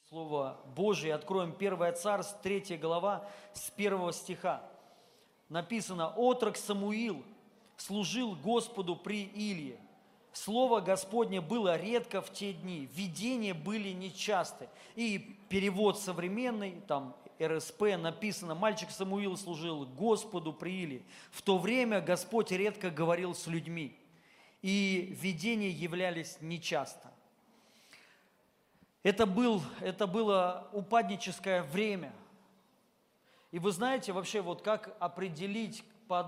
Слово Божие. Откроем 1 Царств, 3 глава, с 1 стиха. Написано: «Отрок Самуил служил Господу при Илии. Слово Господне было редко в те дни, видения были нечасты». И перевод современный, там РСП, написано: «Мальчик Самуил служил Господу при Илии. В то время Господь редко говорил с людьми, и видения являлись нечасто». Это было упадническое время. И вы знаете вообще, вот как определить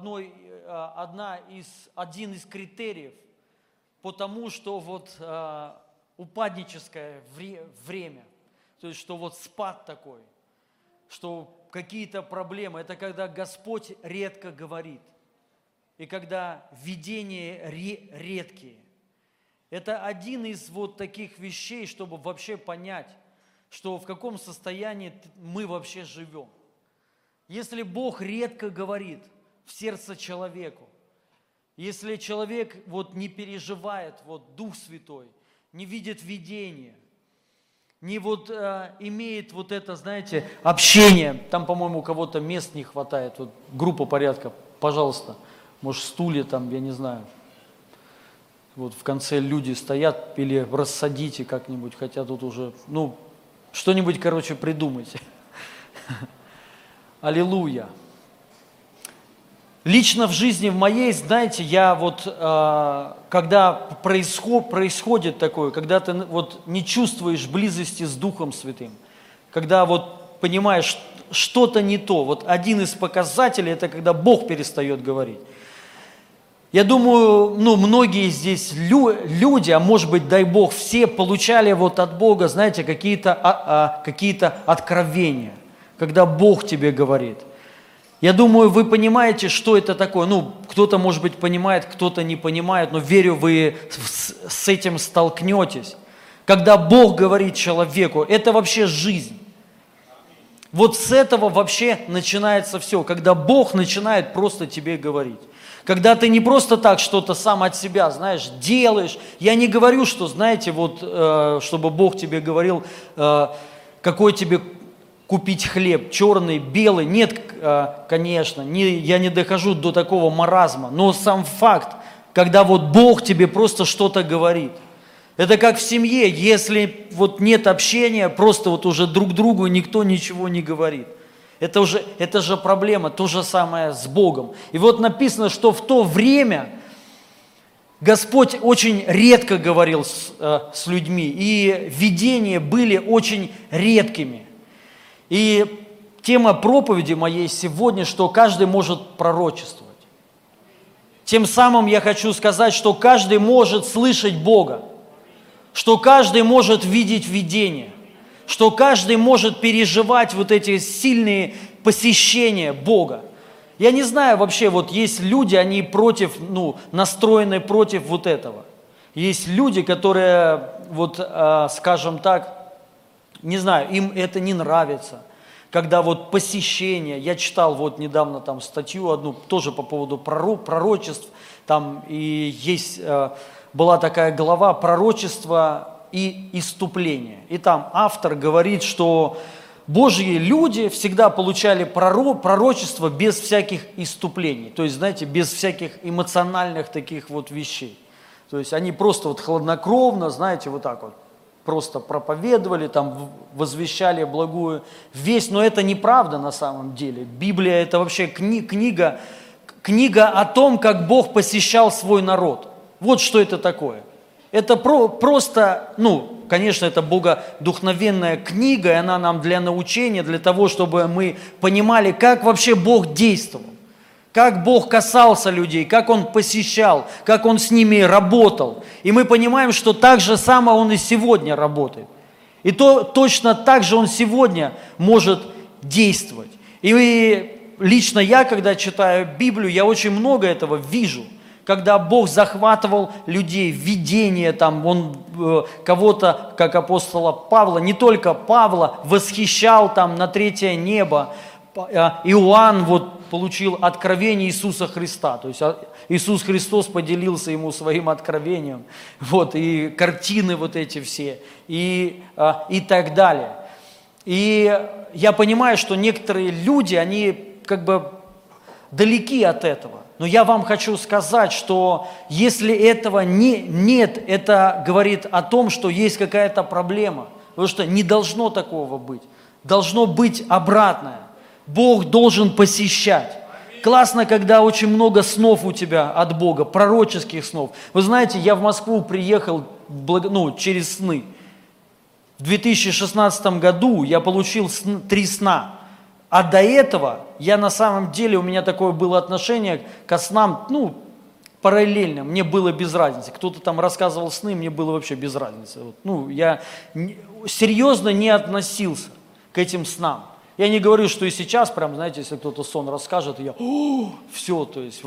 один из критериев по тому, что вот упадническое время, то есть что вот спад такой, что какие-то проблемы, это когда Господь редко говорит, и когда видения редкие. Это один из вот таких вещей, чтобы вообще понять, что в каком состоянии мы вообще живем. Если Бог редко говорит в сердце человеку, если человек вот не переживает вот Дух Святой, не видит видения, не вот имеет вот это, знаете, общение, там, по-моему, у кого-то мест не хватает, вот группа порядка, пожалуйста, может, стулья там, я не знаю. Вот в конце люди стоят, или рассадите как-нибудь, хотя тут уже, что-нибудь, придумайте. Аллилуйя. Лично в жизни в моей, знаете, я вот, когда происходит такое, когда ты вот не чувствуешь близости с Духом Святым, когда вот понимаешь, что-то не то, вот один из показателей, это когда Бог перестает говорить. Я думаю, многие здесь люди, а может быть, дай Бог, все получали вот от Бога, знаете, какие-то откровения, когда Бог тебе говорит. Я думаю, вы понимаете, что это такое. Кто-то, может быть, понимает, кто-то не понимает, но верю, вы с этим столкнетесь. Когда Бог говорит человеку, это вообще жизнь. Вот с этого вообще начинается все, когда Бог начинает просто тебе говорить. Когда ты не просто так что-то сам от себя, знаешь, делаешь. Я не говорю, что, знаете, вот, чтобы Бог тебе говорил, какой тебе купить хлеб, черный, белый. Нет, конечно, я не дохожу до такого маразма. Но сам факт, когда вот Бог тебе просто что-то говорит. Это как в семье, если вот нет общения, просто вот уже друг другу никто ничего не говорит. Это же проблема, то же самое с Богом. И вот написано, что в то время Господь очень редко говорил с людьми, и видения были очень редкими. И тема проповеди моей сегодня, что каждый может пророчествовать. Тем самым я хочу сказать, что каждый может слышать Бога, что каждый может видеть видения, что каждый может переживать вот эти сильные посещения Бога. Я не знаю вообще, вот есть люди, они настроены против вот этого. Есть люди, которые, скажем так, не знаю, им это не нравится. Когда вот посещение, я читал вот недавно там статью одну, тоже по поводу пророчеств, там и есть, была такая глава «Пророчество и иступление». И там автор говорит, что Божьи люди всегда получали пророчество без всяких иступлений. То есть, знаете, без всяких эмоциональных таких вот вещей. То есть они просто вот хладнокровно, знаете, вот так вот просто проповедовали, там возвещали благую весть. Но это неправда на самом деле. Библия – это вообще книга о том, как Бог посещал свой народ. Вот что это такое. Это просто, конечно, это богодухновенная книга, и она нам для научения, для того, чтобы мы понимали, как вообще Бог действовал, как Бог касался людей, как Он посещал, как Он с ними работал. И мы понимаем, что так же само Он и сегодня работает. И точно так же Он сегодня может действовать. И лично я, когда читаю Библию, я очень много этого вижу. Когда Бог захватывал людей, видение, там, Он кого-то, как апостола Павла, не только Павла, восхищал там на третье небо. Иоанн получил откровение Иисуса Христа, то есть Иисус Христос поделился ему своим откровением, и картины вот эти все, и так далее. И я понимаю, что некоторые люди, они как бы далеки от этого. Но я вам хочу сказать, что если этого нет, это говорит о том, что есть какая-то проблема. Потому что не должно такого быть. Должно быть обратное. Бог должен посещать. Классно, когда очень много снов у тебя от Бога, пророческих снов. Вы знаете, я в Москву приехал через сны. В 2016 году я получил 3 сна. А до этого я на самом деле, у меня такое было отношение ко снам, параллельно, мне было без разницы. Кто-то там рассказывал сны, мне было вообще без разницы. Я серьезно не относился к этим снам. Я не говорю, что и сейчас, прям, знаете, если кто-то сон расскажет, я, все, то есть,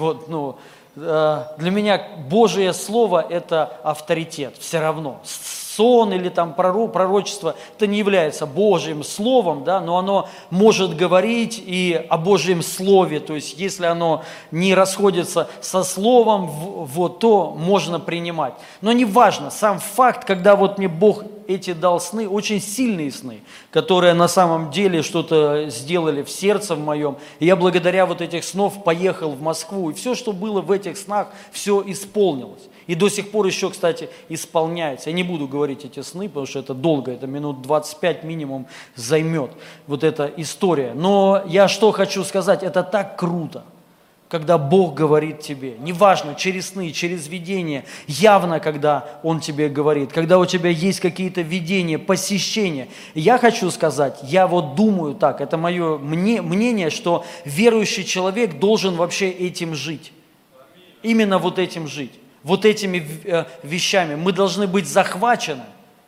для меня Божие Слово – это авторитет, все равно. Сон или там пророчество, это не является Божьим Словом, да, но оно может говорить и о Божьем Слове, то есть если оно не расходится со Словом, то можно принимать. Но не важно, сам факт, когда мне Бог эти дал сны, очень сильные сны, которые на самом деле что-то сделали в сердце в моем, и я благодаря этих снов поехал в Москву, и все, что было в этих снах, все исполнилось. И до сих пор еще, кстати, исполняется. Я не буду говорить эти сны, потому что это долго, это минут 25 минимум займет эта история. Но я что хочу сказать, это так круто, когда Бог говорит тебе. Неважно, через сны, через видение, явно, когда Он тебе говорит, когда у тебя есть какие-то видения, посещения. Я хочу сказать, я думаю так, это мое мнение, что верующий человек должен вообще этим жить. Именно этим жить. Этими вещами. Мы должны быть захвачены.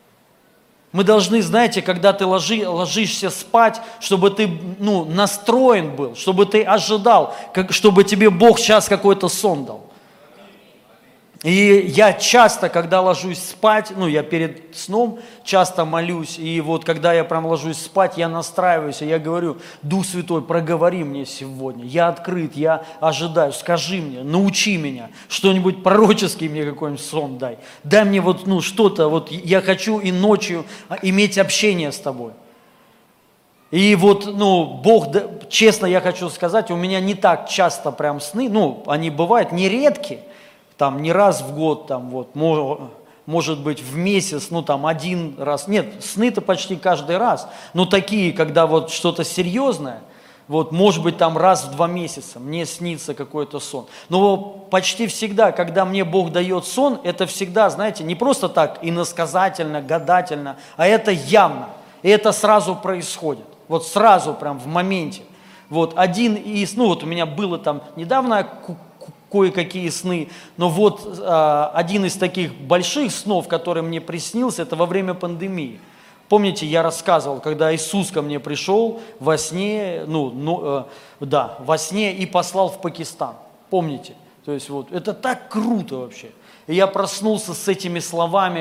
Мы должны, знаете, когда ты ложишься спать, чтобы ты настроен был, чтобы ты ожидал, чтобы тебе Бог сейчас какой-то сон дал. И я часто, когда ложусь спать, я перед сном часто молюсь, и когда я прям ложусь спать, я настраиваюсь, и я говорю: Дух Святой, проговори мне сегодня, я открыт, я ожидаю, скажи мне, научи меня, что-нибудь пророческий мне какой-нибудь сон дай мне что-то, я хочу и ночью иметь общение с тобой. И Бог, честно я хочу сказать, у меня не так часто прям сны, они бывают нередки, там не раз в год, может быть в месяц, один раз. Нет, сны-то почти каждый раз, но такие, когда что-то серьезное, может быть там раз в 2 месяца мне снится какой-то сон. Но почти всегда, когда мне Бог дает сон, это всегда, знаете, не просто так иносказательно, гадательно, а это явно, и это сразу происходит, сразу прям в моменте. Один из, у меня было там недавно кое-какие сны, но один из таких больших снов, который мне приснился, это во время пандемии. Помните, я рассказывал, когда Иисус ко мне пришел во сне, во сне и послал в Пакистан. Помните? То есть это так круто вообще. И я проснулся с этими словами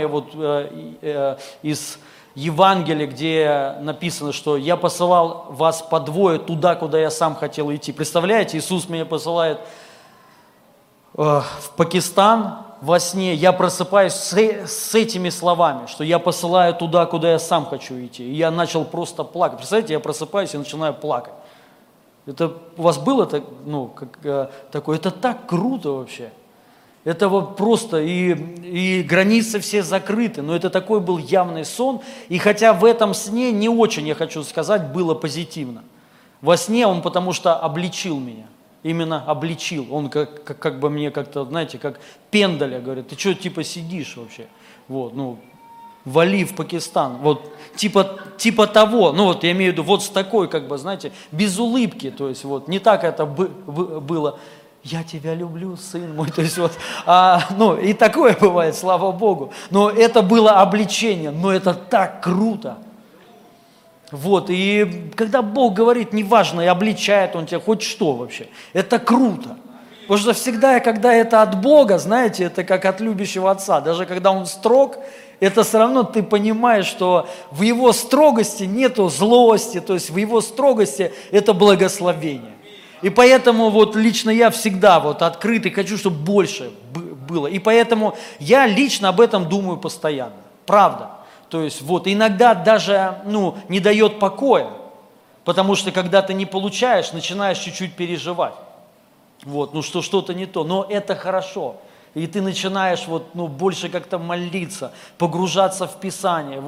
из Евангелия, где написано, что я посылал вас по 2 туда, куда я сам хотел идти. Представляете, Иисус меня посылает в Пакистан во сне, я просыпаюсь с этими словами, что я посылаю туда, куда я сам хочу идти. И я начал просто плакать. Представляете, я просыпаюсь и начинаю плакать. Это у вас было такое? Это так круто вообще. Это просто, и границы все закрыты, но это такой был явный сон. И хотя в этом сне не очень, я хочу сказать, было позитивно. Во сне он потому что обличил меня. Именно обличил. Он как бы мне как-то, знаете, как пендаля, говорит: ты что, сидишь вообще? Вали в Пакистан. Типа того. Я имею в виду с такой, знаете, без улыбки. То есть не так это было. Я тебя люблю, сын мой. То есть и такое бывает, слава Богу. Но это было обличение. Но это так круто. И когда Бог говорит, неважно, и обличает Он тебя, хоть что вообще, это круто. Потому что всегда, когда это от Бога, знаете, это как от любящего отца. Даже когда Он строг, это все равно ты понимаешь, что в Его строгости нету злости, то есть в Его строгости это благословение. И поэтому лично я всегда открыт и хочу, чтобы больше было. И поэтому я лично об этом думаю постоянно. Правда. То есть вот иногда даже не дает покоя, потому что когда ты не получаешь, начинаешь чуть-чуть переживать. Вот, что что-то не то, но это хорошо. И ты начинаешь больше как-то молиться, погружаться в Писание,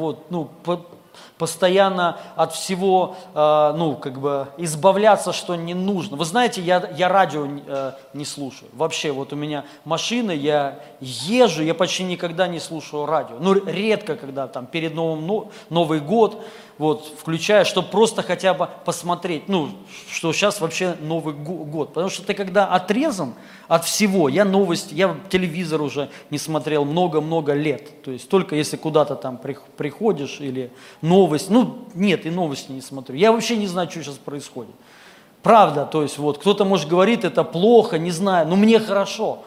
постоянно от всего, избавляться, что не нужно. Вы знаете, я радио не слушаю. Вообще, у меня машина, я езжу, я почти никогда не слушаю радио. Редко, когда там перед Новый год, включаю, чтобы просто хотя бы посмотреть, что сейчас вообще Новый год. Потому что ты когда отрезан от всего, я телевизор уже не смотрел много-много лет. То есть только если куда-то там приходишь или новость, нет, и новости не смотрю. Я вообще не знаю, что сейчас происходит. Правда, то есть кто-то, может, говорит, это плохо, не знаю, но мне хорошо.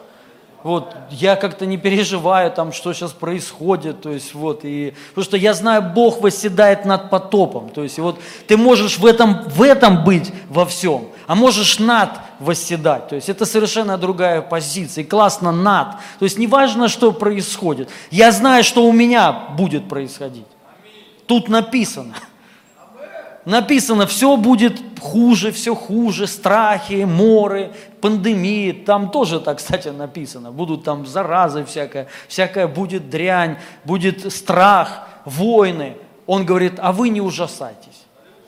Я как-то не переживаю там, что сейчас происходит, то есть потому что я знаю, Бог восседает над потопом, то есть ты можешь в этом быть во всем, а можешь над восседать, то есть это совершенно другая позиция, и классно над, то есть неважно, что происходит, я знаю, что у меня будет происходить, тут написано. Написано, все будет все хуже, страхи, моры, пандемии, там тоже так, кстати, написано, будут там заразы всякая будет дрянь, будет страх, войны. Он говорит, а вы не ужасайтесь,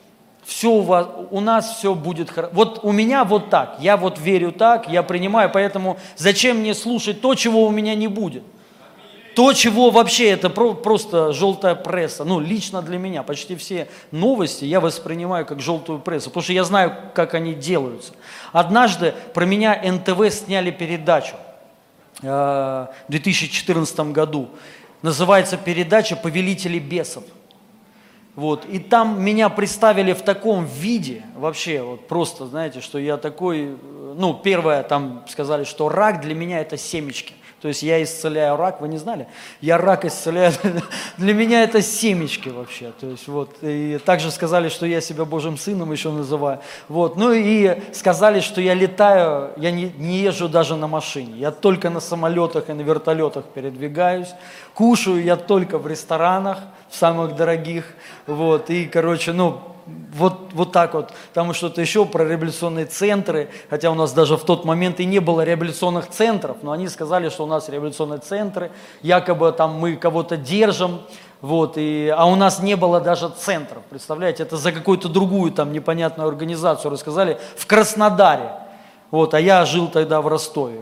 у нас все будет хорошо. У меня так, я верю так, я принимаю, поэтому зачем мне слушать то, чего у меня не будет? То, чего вообще, это просто желтая пресса. Лично для меня почти все новости я воспринимаю как желтую прессу, потому что я знаю, как они делаются. Однажды про меня НТВ сняли передачу в 2014 году. Называется передача «Повелители бесов». И там меня представили в таком виде, вообще, просто, знаете, что я такой, первое, там сказали, что рак для меня это семечки. То есть я исцеляю рак, вы не знали? Я рак исцеляю, для меня это семечки вообще. То есть и также сказали, что я себя Божьим сыном еще называю. И сказали, что я летаю, я не езжу даже на машине. Я только на самолетах и на вертолетах передвигаюсь. Кушаю я только в ресторанах, в самых дорогих. И, так там что-то еще про реабилитационные центры, хотя у нас даже в тот момент и не было реабилитационных центров, но они сказали, что у нас реабилитационные центры, якобы там мы кого-то держим, а у нас не было даже центров, представляете, это за какую-то другую там непонятную организацию рассказали в Краснодаре, а я жил тогда в Ростове,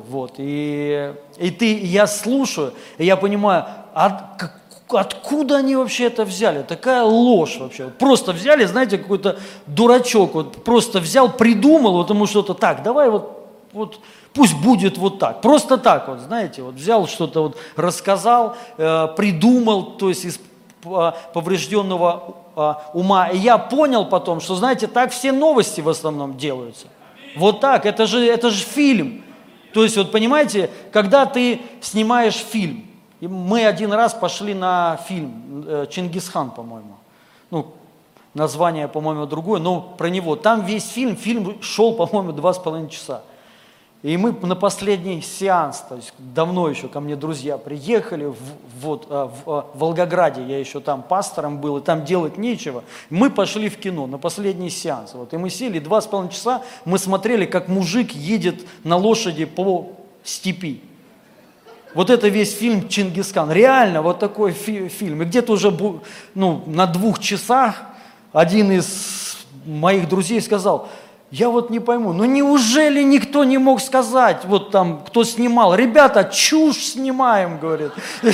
я слушаю, и я понимаю, откуда они вообще это взяли? Такая ложь вообще. Просто взяли, знаете, какой-то дурачок, просто взял, придумал, ему что-то так, давай пусть будет так. Просто так, знаете, взял что-то, рассказал, придумал, то есть из поврежденного ума. И я понял потом, что, знаете, так все новости в основном делаются. Так, это же фильм. То есть, понимаете, когда ты снимаешь фильм, и мы один раз пошли на фильм «Чингисхан», по-моему. Название, по-моему, другое, но про него. Там весь фильм шел, по-моему, 2,5 часа. И мы на последний сеанс, то есть давно еще ко мне друзья приехали, в Волгограде, я еще там пастором был, и там делать нечего. Мы пошли в кино на последний сеанс. И мы сели, 2,5 часа мы смотрели, как мужик едет на лошади по степи. Это весь фильм «Чингисхан». Реально такой фильм. И где-то уже на 2 часах один из моих друзей сказал, я не пойму, неужели никто не мог сказать, кто снимал, ребята, чушь снимаем, говорит.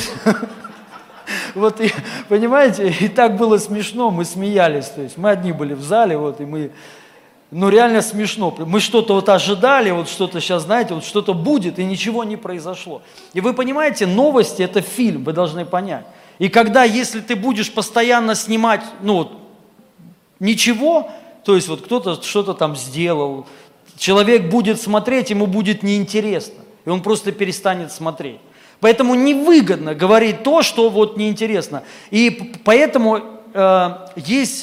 Понимаете, и так было смешно, мы смеялись, то есть мы одни были в зале, и мы... реально смешно. Мы что-то ожидали, что-то сейчас, знаете, что-то будет, и ничего не произошло. И вы понимаете, новости – это фильм, вы должны понять. И если ты будешь постоянно снимать, ничего, то есть кто-то что-то там сделал, человек будет смотреть, ему будет неинтересно, и он просто перестанет смотреть. Поэтому невыгодно говорить то, что неинтересно. И поэтому есть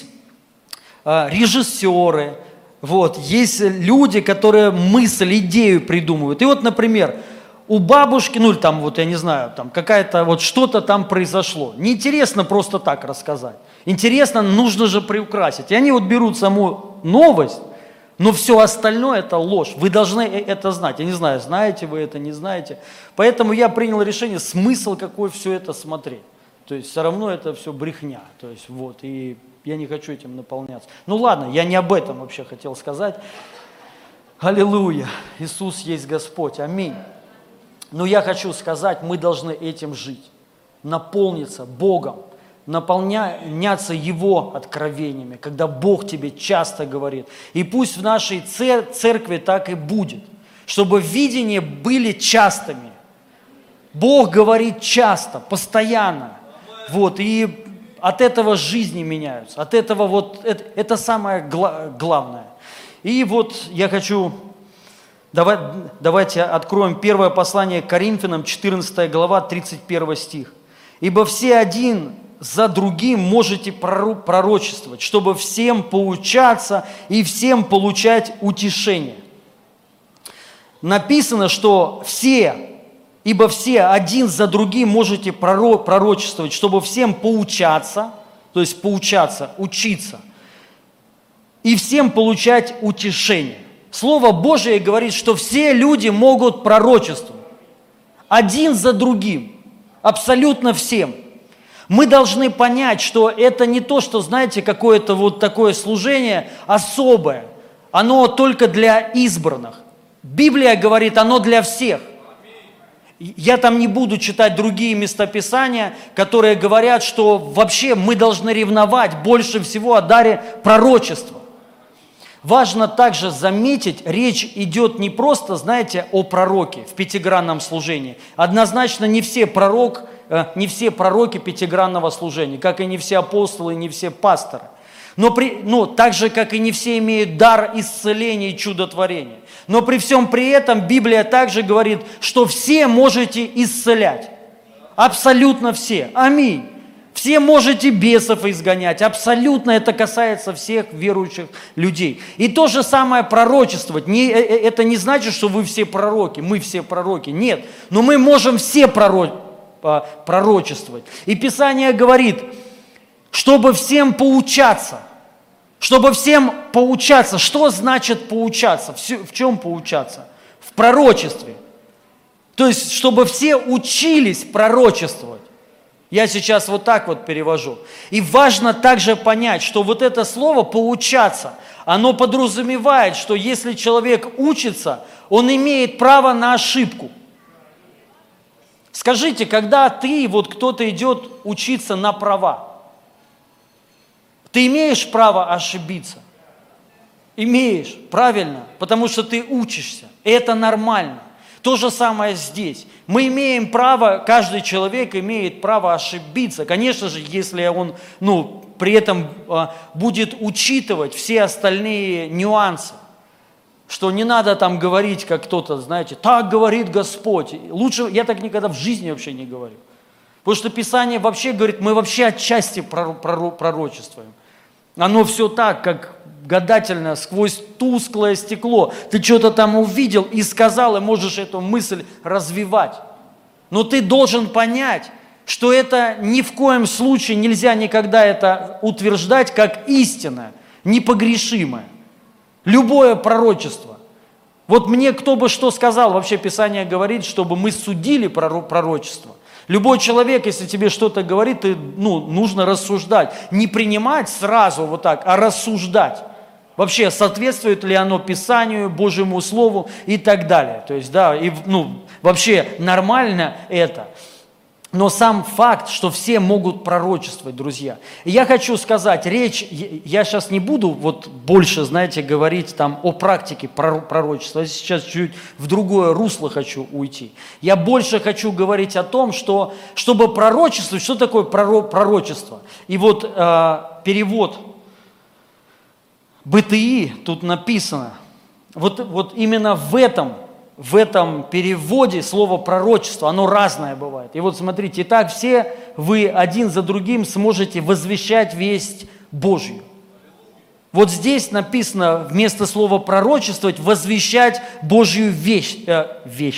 режиссеры, есть люди, которые мысль, идею придумывают. И например, у бабушки, ну или там вот, я не знаю, там какая-то вот что-то там произошло. Неинтересно просто так рассказать. Интересно, нужно же приукрасить. И они вот берут саму новость, но все остальное это ложь. Вы должны это знать. Я не знаю, знаете вы это, не знаете. Поэтому я принял решение, смысл какой все это смотреть. То есть все равно это все брехня. То есть вот, и я не хочу этим наполняться. Ну ладно, я не об этом вообще хотел сказать. Аллилуйя, Иисус есть Господь, аминь. Но я хочу сказать, мы должны этим жить, наполниться Богом, наполняться Его откровениями, когда Бог тебе часто говорит. И пусть в нашей церкви так и будет, чтобы видения были частыми. Бог говорит часто, постоянно. Вот, и от этого жизни меняются, от этого вот, это самое главное. И вот я хочу... Давайте откроем первое послание к Коринфянам, 14 глава, 31 стих. «Ибо все один за другим можете пророчествовать, чтобы всем поучаться и всем получать утешение». Написано, что ибо все один за другим можете пророчествовать, чтобы всем поучаться, то есть поучаться, учиться, и всем получать утешение. Слово Божие говорит, что все люди могут пророчествовать. Один за другим. Абсолютно всем. Мы должны понять, что это не то, что, знаете, какое-то вот такое служение особое. Оно только для избранных. Библия говорит, оно для всех. Я там не буду читать другие местописания, которые говорят, что вообще мы должны ревновать больше всего о даре пророчества. Важно также заметить, речь идет не просто, знаете, о пророке в пятигранном служении. Однозначно не все пророки пятигранного служения, как и не все апостолы, не все пасторы. Но так же, как и не все имеют дар исцеления и чудотворения. Но при всем при этом Библия также говорит, что все можете исцелять. Абсолютно все. Аминь. Все можете бесов изгонять, абсолютно это касается всех верующих людей. И то же самое пророчествовать, это не значит, что вы все пророки, мы все пророки, нет. Но мы можем все пророчествовать. И Писание говорит, чтобы всем поучаться. Чтобы всем поучаться. Что значит поучаться? В чем поучаться? В пророчестве. То есть, чтобы все учились пророчествовать. Я сейчас вот так вот перевожу. И важно также понять, что вот это слово «поучаться», оно подразумевает, что если человек учится, он имеет право на ошибку. Скажите, когда вот кто-то идет учиться на права, ты имеешь право ошибиться? Имеешь, правильно, потому что ты учишься, и это нормально. То же самое здесь. Мы имеем право, каждый человек имеет право ошибиться. Конечно же, если он при этом будет учитывать все остальные нюансы. Что не надо там говорить, как кто-то, знаете, так говорит Господь. Лучше, я так никогда в жизни вообще не говорю. Потому что Писание вообще говорит, мы вообще отчасти пророчествуем. Оно все так, как гадательно, сквозь тусклое стекло. Ты что-то там увидел и сказал, и можешь эту мысль развивать. Но ты должен понять, что это ни в коем случае нельзя никогда это утверждать как истинное, непогрешимое. Любое пророчество. Вот мне кто бы что сказал, вообще Писание говорит, чтобы мы судили пророчество. Любой человек, если тебе что-то говорит, нужно рассуждать. Не принимать сразу вот так, а рассуждать. Вообще, соответствует ли оно Писанию, Божьему Слову и так далее. То есть, вообще нормально это. Но сам факт, что все могут пророчествовать, друзья. И я хочу сказать, я сейчас не буду больше, говорить там о практике пророчества. Я сейчас чуть в другое русло хочу уйти. Я больше хочу говорить о том, что, чтобы пророчествовать, что такое пророчество. И перевод БТИ тут написано. Вот именно в этом переводе слово пророчество, оно разное бывает. И вот смотрите, итак, все вы один за другим сможете возвещать весть Божью. Вот здесь написано вместо слова пророчествовать, возвещать Божью весть.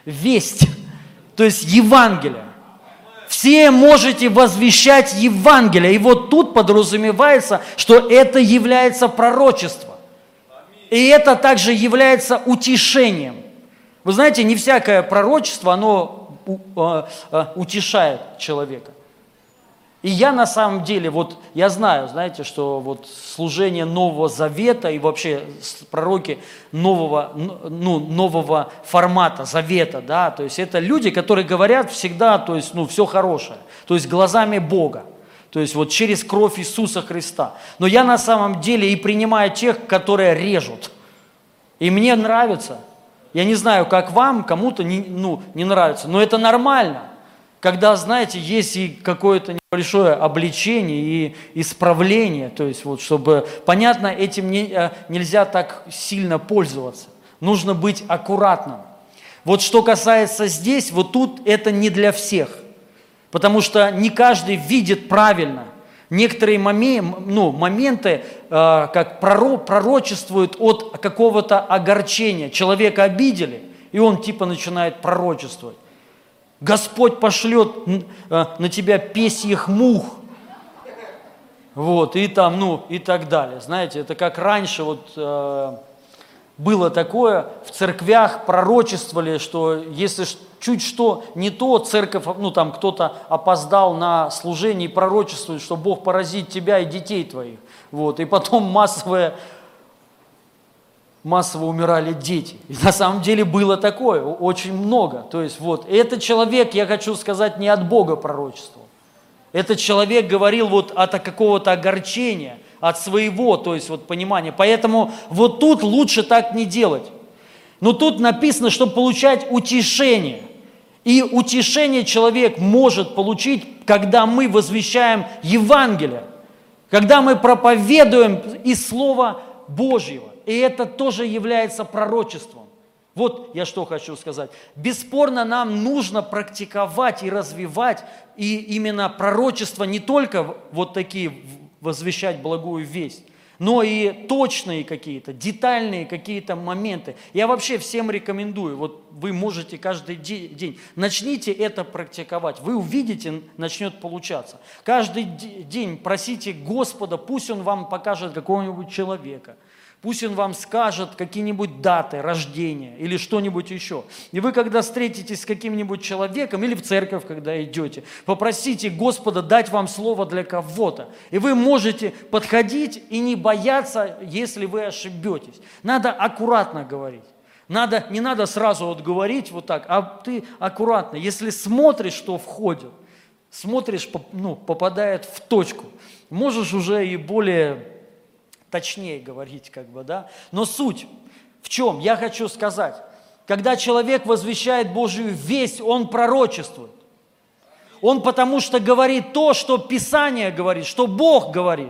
весть, то есть Евангелие. Все можете возвещать Евангелие. И вот тут подразумевается, что это является пророчеством. И это также является утешением. Вы знаете, не всякое пророчество, оно утешает человека. И я на самом деле, вот я знаю, знаете, что вот служение Нового Завета и вообще пророки нового формата, Завета, да, то есть это люди, которые говорят всегда, то есть, все хорошее, то есть глазами Бога, то есть вот через кровь Иисуса Христа. Но я на самом деле и принимаю тех, которые режут. И мне нравится. Я не знаю, как вам, кому-то не нравится, но это нормально. Когда, знаете, есть и какое-то небольшое обличение и исправление, то есть вот, чтобы, понятно, этим нельзя так сильно пользоваться. Нужно быть аккуратным. Вот что касается здесь, вот тут это не для всех, потому что не каждый видит правильно. Некоторые моменты как пророчествуют от какого-то огорчения. Человека обидели, и он типа начинает пророчествовать. Господь пошлет на тебя песьих мух, вот, и там, и так далее. Знаете, это как раньше вот было такое, в церквях пророчествовали, что если чуть что не то, церковь, там кто-то опоздал на служение и пророчествует, что Бог поразит тебя и детей твоих, вот, и потом массово умирали дети. И на самом деле было такое, очень много. То есть вот, этот человек, я хочу сказать, не от Бога пророчествовал. Этот человек говорил вот от какого-то огорчения, от своего, то есть вот понимания. Поэтому вот тут лучше так не делать. Но тут написано, чтобы получать утешение. И утешение человек может получить, когда мы возвещаем Евангелие, когда мы проповедуем из Слова Божьего. И это тоже является пророчеством. Вот я что хочу сказать. Бесспорно, нам нужно практиковать и развивать и именно пророчество, не только вот такие возвещать благую весть, но и точные какие-то, детальные какие-то моменты. Я вообще всем рекомендую, вот вы можете каждый день, начните это практиковать, вы увидите, начнет получаться. Каждый день просите Господа, пусть Он вам покажет какого-нибудь человека, пусть Он вам скажет какие-нибудь даты рождения или что-нибудь еще. И вы, когда встретитесь с каким-нибудь человеком или в церковь, когда идете, попросите Господа дать вам слово для кого-то. И вы можете подходить и не бояться, если вы ошибетесь. Надо аккуратно говорить. Не надо сразу вот говорить вот так, а ты аккуратно. Если смотришь, что входит, смотришь, попадает в точку, можешь уже и более точнее говорить, да. Но суть в чем? Я хочу сказать, когда человек возвещает Божью весть, он пророчествует. Он потому что говорит то, что Писание говорит, что Бог говорит.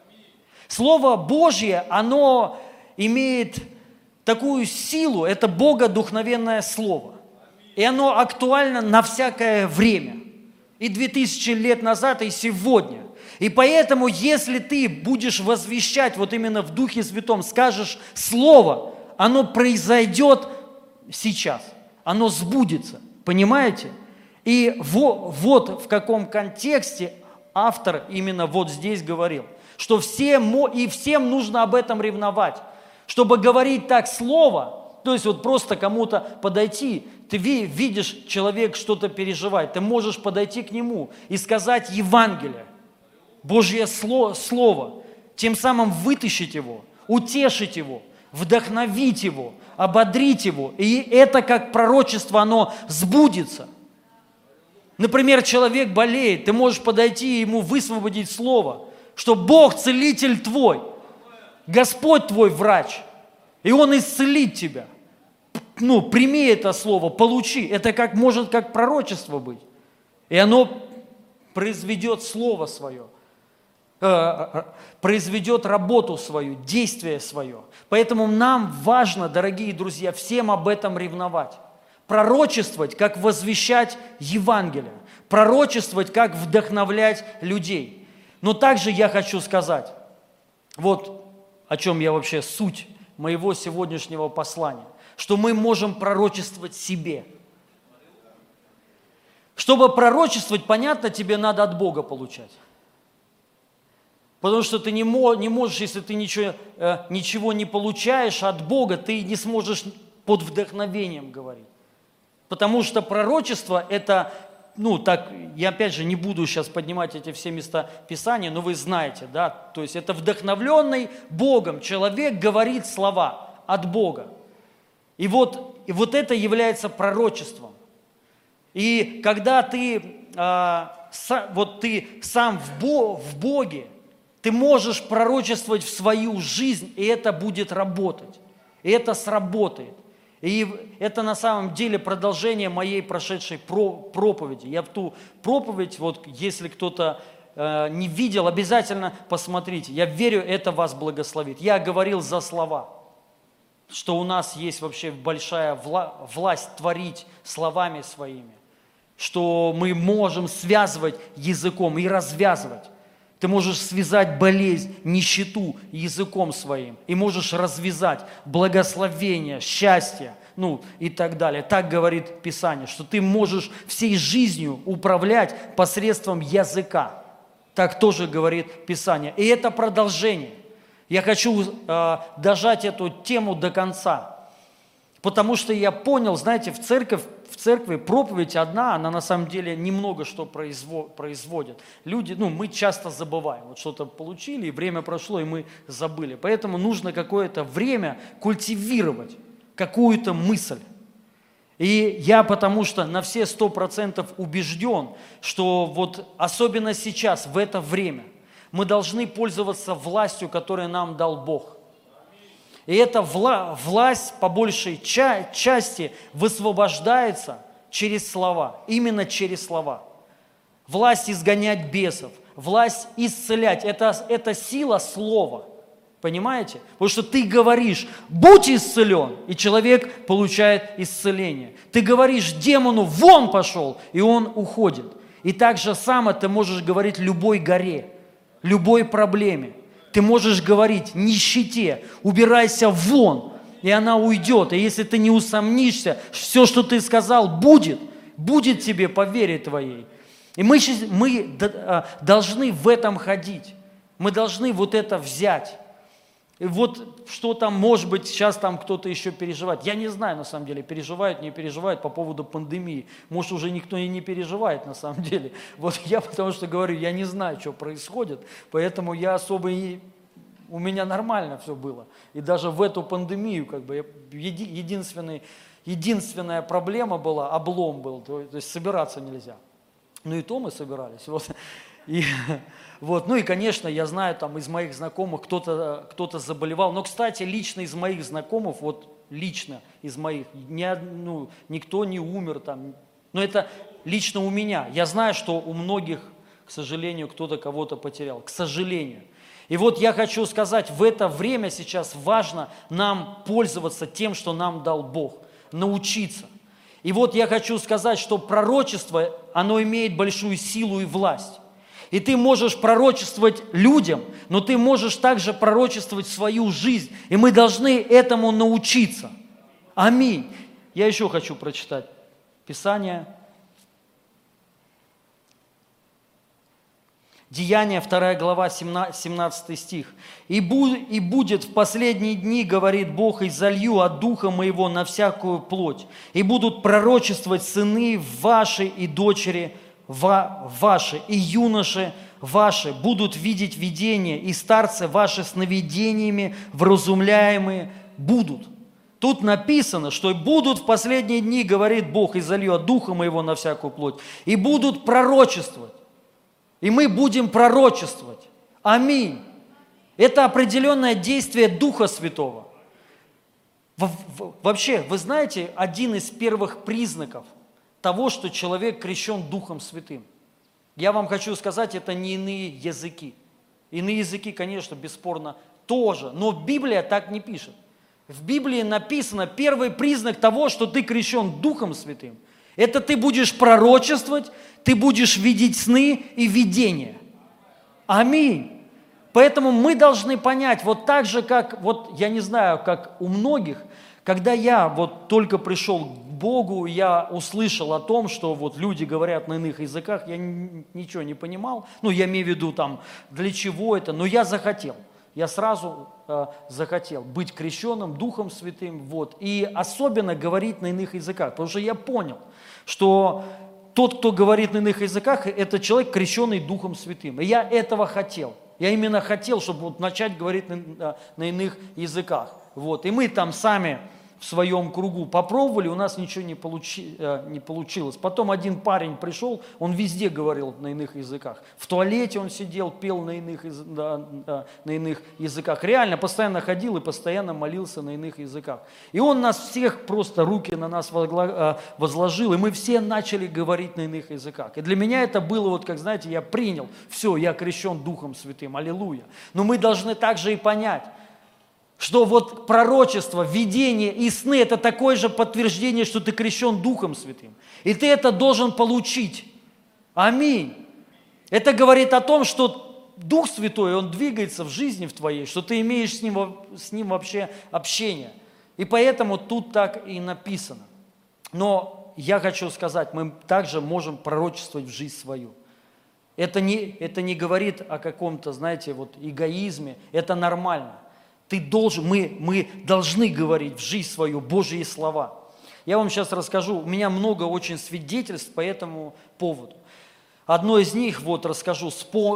Слово Божье, оно имеет такую силу, это богодухновенное слово. И оно актуально на всякое время. И 2000 лет назад, и сегодня. И поэтому, если ты будешь возвещать вот именно в Духе Святом, скажешь слово, оно произойдет сейчас, оно сбудется, понимаете? И вот в каком контексте автор именно вот здесь говорил, что всем нужно об этом ревновать, чтобы говорить так слово, то есть вот просто кому-то подойти, ты видишь, человек что-то переживает, ты можешь подойти к нему и сказать Евангелие, Божье Слово, тем самым вытащить его, утешить его, вдохновить его, ободрить его. И это как пророчество, оно сбудется. Например, человек болеет, ты можешь подойти и ему высвободить слово, что Бог целитель твой, Господь твой врач, и Он исцелит тебя. Прими это слово, получи. Это может как пророчество быть. И оно произведет слово свое, произведет работу свою, действие свое. Поэтому нам важно, дорогие друзья, всем об этом ревновать. Пророчествовать, как возвещать Евангелие. Пророчествовать, как вдохновлять людей. Но также я хочу сказать, вот о чем я вообще суть моего сегодняшнего послания, что мы можем пророчествовать себе. Чтобы пророчествовать, понятно, тебе надо от Бога получать. Потому что ты не можешь, если ты ничего не получаешь от Бога, ты не сможешь под вдохновением говорить. Потому что пророчество – это, я опять же не буду сейчас поднимать эти все места Писания, но вы знаете, да, то есть это вдохновленный Богом человек говорит слова от Бога. И вот это является пророчеством. И когда ты сам в Боге, ты можешь пророчествовать в свою жизнь, и это будет работать. И это сработает. И это на самом деле продолжение моей прошедшей проповеди. Я в ту проповедь, если кто-то не видел, обязательно посмотрите. Я верю, это вас благословит. Я говорил за слова, что у нас есть вообще большая власть творить словами своими, что мы можем связывать языком и развязывать. Ты можешь связать болезнь, нищету языком своим. И можешь развязать благословение, счастье, и так далее. Так говорит Писание, что ты можешь всей жизнью управлять посредством языка. Так тоже говорит Писание. И это продолжение. Я хочу дожать эту тему до конца. Потому что я понял, знаете, в церкви проповедь одна, она на самом деле немного что производит. Люди, мы часто забываем, что-то получили, и время прошло, и мы забыли. Поэтому нужно какое-то время культивировать какую-то мысль. И я потому что на все 100% убежден, что особенно сейчас, в это время, мы должны пользоваться властью, которую нам дал Бог. И эта власть по большей части высвобождается через слова, именно через слова. Власть изгонять бесов, власть исцелять – это сила слова, понимаете? Потому что ты говоришь «будь исцелен», и человек получает исцеление. Ты говоришь демону «вон пошел», и он уходит. И так же само ты можешь говорить любой горе, любой проблеме. Ты можешь говорить нищете, убирайся вон, и она уйдет. И если ты не усомнишься, все, что ты сказал, будет тебе по вере твоей. И мы должны в этом ходить. Мы должны это взять. И что там, может быть, сейчас там кто-то еще переживает. Я не знаю, на самом деле, переживают, не переживают по поводу пандемии. Может, уже никто и не переживает, на самом деле. Я потому что говорю, я не знаю, что происходит, поэтому я особо у меня нормально все было. И даже в эту пандемию, единственная проблема была, облом был, то есть собираться нельзя. И то мы собирались. И, конечно, я знаю, из моих знакомых кто-то заболевал. Но, кстати, лично из моих знакомых, лично из моих, никто не умер там. Но это лично у меня. Я знаю, что у многих, к сожалению, кто-то кого-то потерял. К сожалению. И я хочу сказать, в это время сейчас важно нам пользоваться тем, что нам дал Бог. Научиться. И я хочу сказать, что пророчество, оно имеет большую силу и власть. И ты можешь пророчествовать людям, но ты можешь также пророчествовать свою жизнь. И мы должны этому научиться. Аминь. Я еще хочу прочитать Писание. Деяния, 2 глава, 17 стих. «И будет в последние дни, говорит Бог, и залью от Духа Моего на всякую плоть, и будут пророчествовать сыны ваши и дочери ваши, и юноши ваши будут видеть видения, и старцы ваши сновидениями вразумляемые будут». Тут написано, что будут в последние дни, говорит Бог, и залью от Духа Моего на всякую плоть, и будут пророчествовать. И мы будем пророчествовать. Аминь. Это определенное действие Духа Святого. Вообще, вы знаете, один из первых признаков того, что человек крещен Духом Святым. Я вам хочу сказать, это не иные языки. Иные языки, конечно, бесспорно тоже, но Библия так не пишет. В Библии написано, первый признак того, что ты крещен Духом Святым, это ты будешь пророчествовать, ты будешь видеть сны и видения. Аминь. Поэтому мы должны понять, так же, как, я не знаю, как у многих, когда я только пришел к Богу, я услышал о том, что вот люди говорят на иных языках, я ничего не понимал, ну, я имею в виду там, для чего это, но я захотел. Я сразу захотел быть крещенным Духом Святым, вот, и особенно говорить на иных языках, потому что я понял, что тот, кто говорит на иных языках, это человек, крещенный Духом Святым. И я этого хотел. Я именно хотел, чтобы вот начать говорить на иных языках. Вот. И мы там сами в своем кругу попробовали, у нас ничего не получилось. Потом один парень пришел, он везде говорил на иных языках. В туалете он сидел, пел на иных языках. Реально, постоянно ходил и постоянно молился на иных языках. И он нас всех просто, руки на нас возложил, и мы все начали говорить на иных языках. И для меня это было, вот как знаете, я принял, все, я крещен Духом Святым, аллилуйя. Но мы должны также и понять, что вот пророчество, видение и сны – это такое же подтверждение, что ты крещен Духом Святым. И ты это должен получить. Аминь. Это говорит о том, что Дух Святой, Он двигается в жизни в твоей, что ты имеешь с Ним вообще общение. И поэтому тут так и написано. Но я хочу сказать, мы также можем пророчествовать в жизнь свою. Это не говорит о каком-то, знаете, вот эгоизме, это нормально. Мы должны говорить в жизнь свою Божьи слова. Я вам сейчас расскажу, у меня много очень свидетельств по этому поводу. Одно из них, вот расскажу,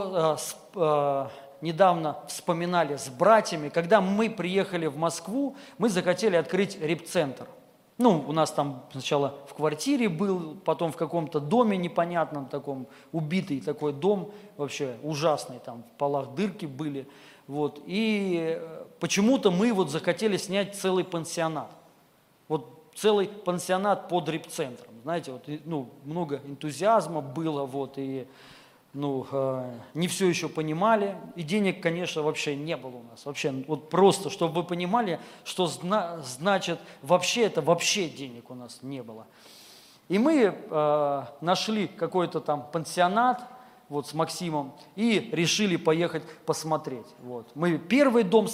недавно вспоминали с братьями, когда мы приехали в Москву, мы захотели открыть репцентр. Ну, у нас там сначала в квартире был, потом в каком-то доме непонятном таком, убитый такой дом, вообще ужасный, там в полах дырки были. Вот. И почему-то мы вот захотели снять целый пансионат. Вот целый пансионат под репцентром. Знаете, вот, ну, много энтузиазма было, вот, и не все еще понимали. И денег, конечно, вообще не было у нас. Вообще, вот просто, чтобы вы понимали, что значит вообще, это вообще денег у нас не было. И мы нашли какой-то там пансионат, вот с Максимом, и решили поехать посмотреть. Вот. Мы первый дом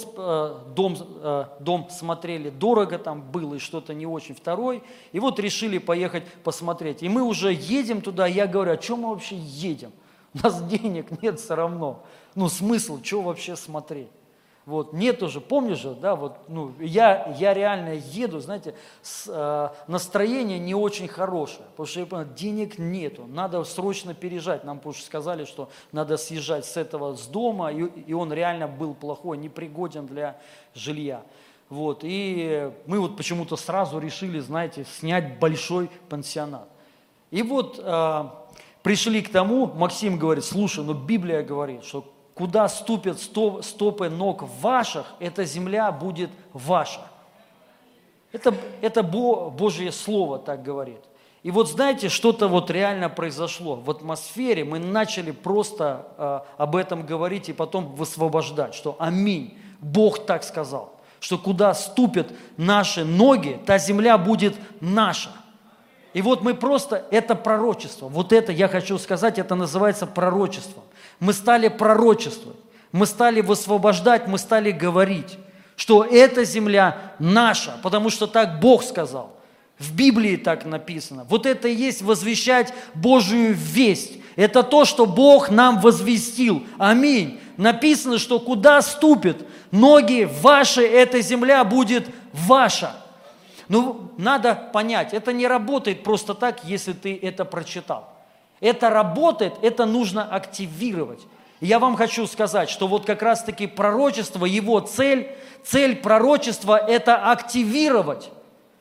смотрели, дорого там было, и что-то не очень. Второй, и вот решили поехать посмотреть. И мы уже едем туда, я говорю, а что мы вообще едем? У нас денег нет все равно. Ну, смысл, что вообще смотреть? Вот, нет уже, помнишь же, да, вот, ну, я реально еду, знаете, настроение не очень хорошее, потому что я понял, денег нету, надо срочно переезжать, нам позже сказали, что надо съезжать с дома, и он реально был плохой, непригоден для жилья. Вот, и мы вот почему-то сразу решили, знаете, снять большой пансионат. И вот пришли к тому, Максим говорит, слушай, но Библия говорит, что куда ступят стопы ног ваших, эта земля будет ваша. Это Божье Слово так говорит. И вот знаете, что-то вот реально произошло. В атмосфере мы начали просто об этом говорить и потом высвобождать, что аминь, Бог так сказал, что куда ступят наши ноги, та земля будет наша. И вот мы просто, это пророчество, вот это я хочу сказать, это называется пророчеством. Мы стали пророчествовать, мы стали высвобождать, мы стали говорить, что эта земля наша, потому что так Бог сказал. В Библии так написано. Вот это и есть возвещать Божию весть. Это то, что Бог нам возвестил. Аминь. Написано, что куда ступят ноги ваши, эта земля будет ваша. Ну, надо понять, это не работает просто так, если ты это прочитал. Это работает, это нужно активировать. И я вам хочу сказать, что вот как раз-таки пророчество, его цель пророчества – это активировать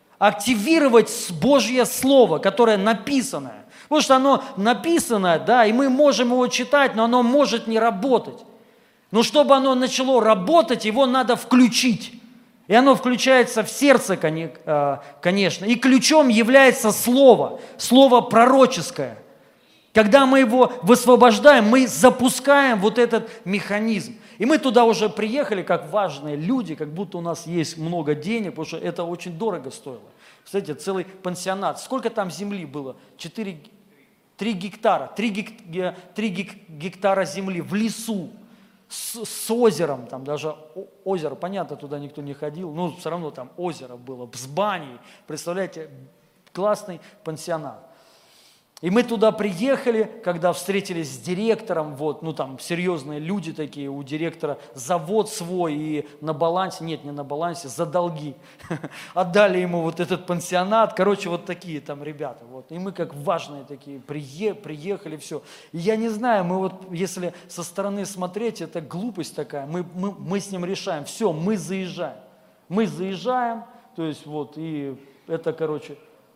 Божье Слово, которое написанное. Потому что оно написанное, да, и мы можем его читать, но оно может не работать. Но чтобы оно начало работать, его надо включить. И оно включается в сердце, конечно. И ключом является слово пророческое. Когда мы его высвобождаем, мы запускаем вот этот механизм. И мы туда уже приехали, как важные люди, как будто у нас есть много денег, потому что это очень дорого стоило. Кстати, целый пансионат. Сколько там земли было? 3 гектара. 3 гектара земли в лесу. С озером, там даже озеро, понятно, туда никто не ходил, но все равно там озеро было, с баней, представляете, классный пансионат. И мы туда приехали, когда встретились с директором, вот, ну там серьезные люди такие, у директора завод свой, и на балансе, нет, не на балансе, за долги отдали ему вот этот пансионат, короче, вот такие там ребята, вот. И мы как важные такие приехали, все. И я не знаю, мы вот, если со стороны смотреть, это глупость такая, мы с ним решаем, все, мы заезжаем, то есть вот, и это, короче,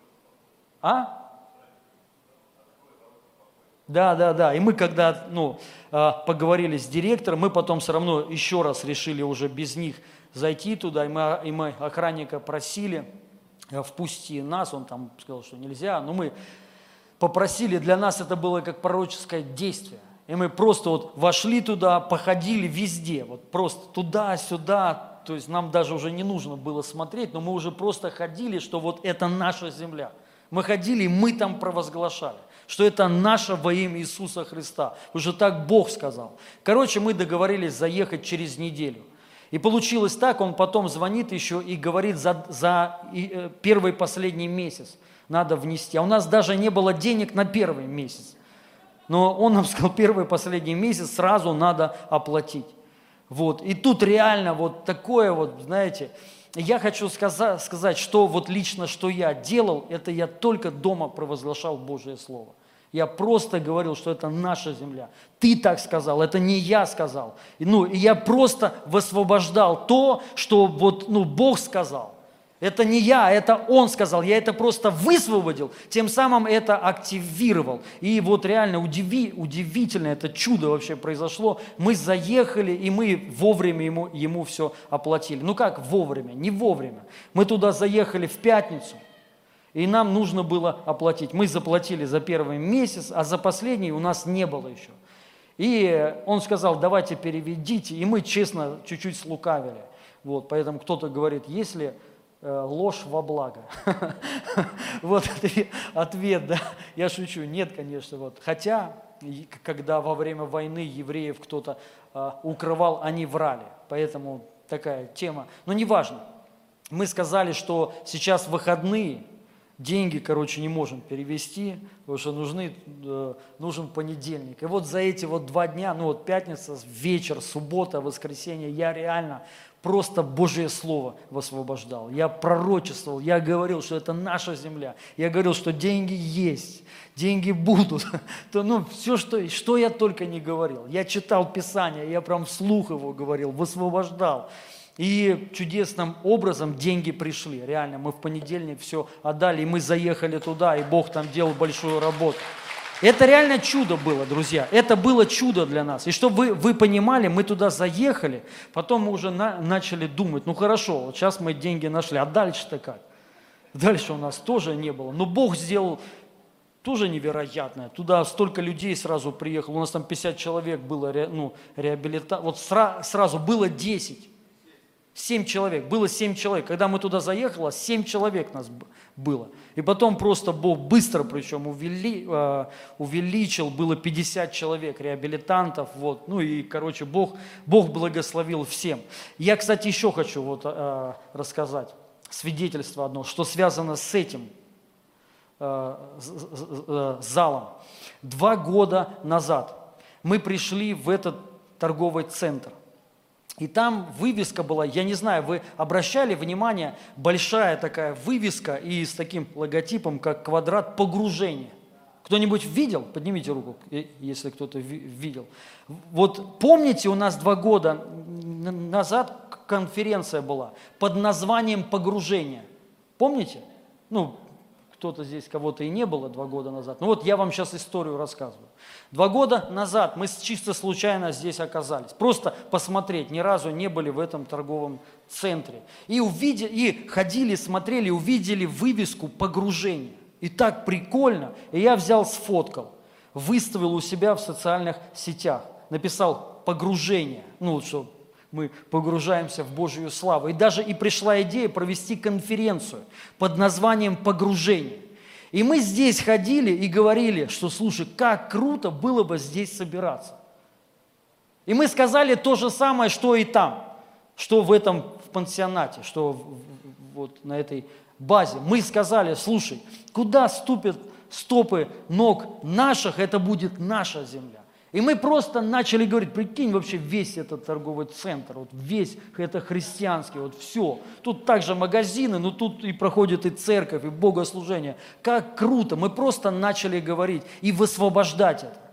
Да. И мы когда поговорили с директором, мы потом все равно еще раз решили уже без них зайти туда, и мы охранника просили, впусти нас, он там сказал, что нельзя, но мы попросили, для нас это было как пророческое действие. И мы просто вот вошли туда, походили везде, вот просто туда-сюда, то есть нам даже уже не нужно было смотреть, но мы уже просто ходили, что вот это наша земля. Мы ходили, и мы там провозглашали, что это наше во имя Иисуса Христа. Уже так Бог сказал. Короче, мы договорились заехать через неделю. И получилось так, он потом звонит еще и говорит, за первый и последний месяц надо внести. А у нас даже не было денег на первый месяц. Но он нам сказал, первый и последний месяц сразу надо оплатить. Вот. И тут реально вот такое вот, знаете... Я хочу сказать, что вот лично, что я делал, это я только дома провозглашал Божие Слово. Я просто говорил, что это наша земля. Ты так сказал, это не я сказал. И я просто высвобождал то, что вот, Бог сказал. Это не я, это Он сказал. Я это просто высвободил, тем самым это активировал. И вот реально удивительно, это чудо вообще произошло. Мы заехали, и мы вовремя ему все оплатили. Ну как вовремя? Не вовремя. Мы туда заехали в пятницу, и нам нужно было оплатить. Мы заплатили за первый месяц, а за последний у нас не было еще. И он сказал, давайте переведите, и мы честно чуть-чуть слукавили. Вот, поэтому кто-то говорит, если... ложь во благо. Вот ответ, да. Я шучу, нет, конечно. Вот. Хотя, когда во время войны евреев кто-то укрывал, они врали. Поэтому такая тема. Но неважно. Мы сказали, что сейчас выходные, деньги, не можем перевести, потому что нужен понедельник. И вот за эти вот 2 дня, пятница, вечер, суббота, воскресенье, я реально просто Божье Слово высвобождал. Я пророчествовал, я говорил, что это наша земля. Я говорил, что деньги есть, деньги будут. Все, что я только не говорил. Я читал Писание, я прям вслух его говорил, высвобождал. И чудесным образом деньги пришли. Реально, мы в понедельник все отдали, и мы заехали туда, и Бог там делал большую работу. Это реально чудо было, друзья. Это было чудо для нас. И чтобы вы понимали, мы туда заехали, потом мы уже начали думать, хорошо, вот сейчас мы деньги нашли, а дальше-то как? Дальше у нас тоже не было. Но Бог сделал тоже невероятное. Туда столько людей сразу приехало. У нас там 50 человек было, реабилитация. Вот сразу было 10. 7 человек, было 7 человек. Когда мы туда заехали, 7 человек нас было. И потом просто Бог быстро, причем увеличил, было 50 человек, реабилитантов. Вот. Бог благословил всем. Я, кстати, еще хочу рассказать свидетельство одно, что связано с этим залом. 2 года назад мы пришли в этот торговый центр. И там вывеска была, я не знаю, вы обращали внимание, большая такая вывеска и с таким логотипом, как квадрат погружения. Кто-нибудь видел? Поднимите руку, если кто-то видел. Вот помните, у нас 2 года назад конференция была под названием «Погружение». Помните? Кто-то здесь, кого-то и не было 2 года назад. Я вам сейчас историю рассказываю. 2 года назад мы чисто случайно здесь оказались. Просто посмотреть, ни разу не были в этом торговом центре. И ходили, смотрели, увидели вывеску «Погружение». И так прикольно. И я взял, сфоткал, выставил у себя в социальных сетях. Написал «Погружение». Что мы погружаемся в Божью славу. И даже пришла идея провести конференцию под названием «Погружение». И мы здесь ходили и говорили, что, слушай, как круто было бы здесь собираться. И мы сказали то же самое, что и там, что в этом пансионате, что вот на этой базе. Мы сказали, слушай, куда ступят стопы ног наших, это будет наша земля. И мы просто начали говорить, прикинь, вообще весь этот торговый центр, вот весь это христианский, вот все. Тут также магазины, но тут и проходит и церковь, и богослужение. Как круто, мы просто начали говорить и высвобождать это.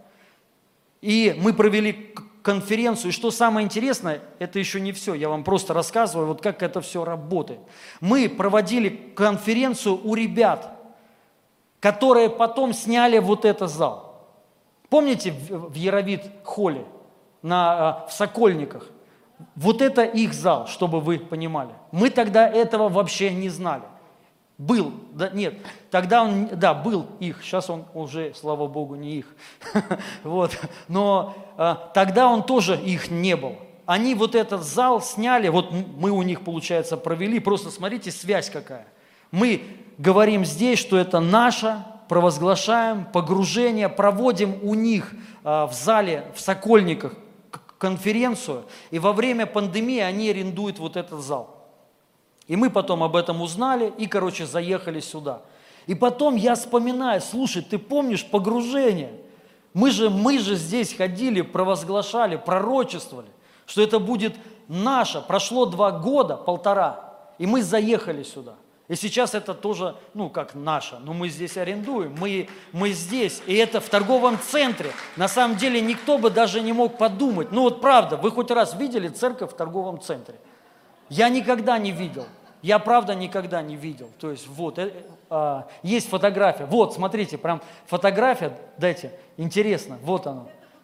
И мы провели конференцию, и что самое интересное, это еще не все, я вам просто рассказываю, вот как это все работает. Мы проводили конференцию у ребят, которые потом сняли вот этот зал. Помните в Яровит-холле, в Сокольниках? Вот это их зал, чтобы вы понимали. Мы тогда этого вообще не знали. Был, да, нет, тогда он, да, был их, сейчас он уже, слава Богу, не их. Вот. Но тогда он тоже их не был. Они вот этот зал сняли, вот мы у них, получается, провели, просто смотрите, связь какая. Мы говорим здесь, что это наше, провозглашаем погружение, проводим у них в зале, в Сокольниках конференцию, и во время пандемии они арендуют вот этот зал. И мы потом об этом узнали и, заехали сюда. И потом я вспоминаю, слушай, ты помнишь погружение? Мы же здесь ходили, провозглашали, пророчествовали, что это будет наше. Прошло 2 года, 1,5, и мы заехали сюда. И сейчас это тоже, как наше, но мы здесь арендуем, мы здесь, и это в торговом центре. На самом деле никто бы даже не мог подумать. Правда, вы хоть раз видели церковь в торговом центре? Я никогда не видел. Я правда никогда не видел. То есть есть фотография. Вот, смотрите, прям фотография, дайте, интересно, вот она.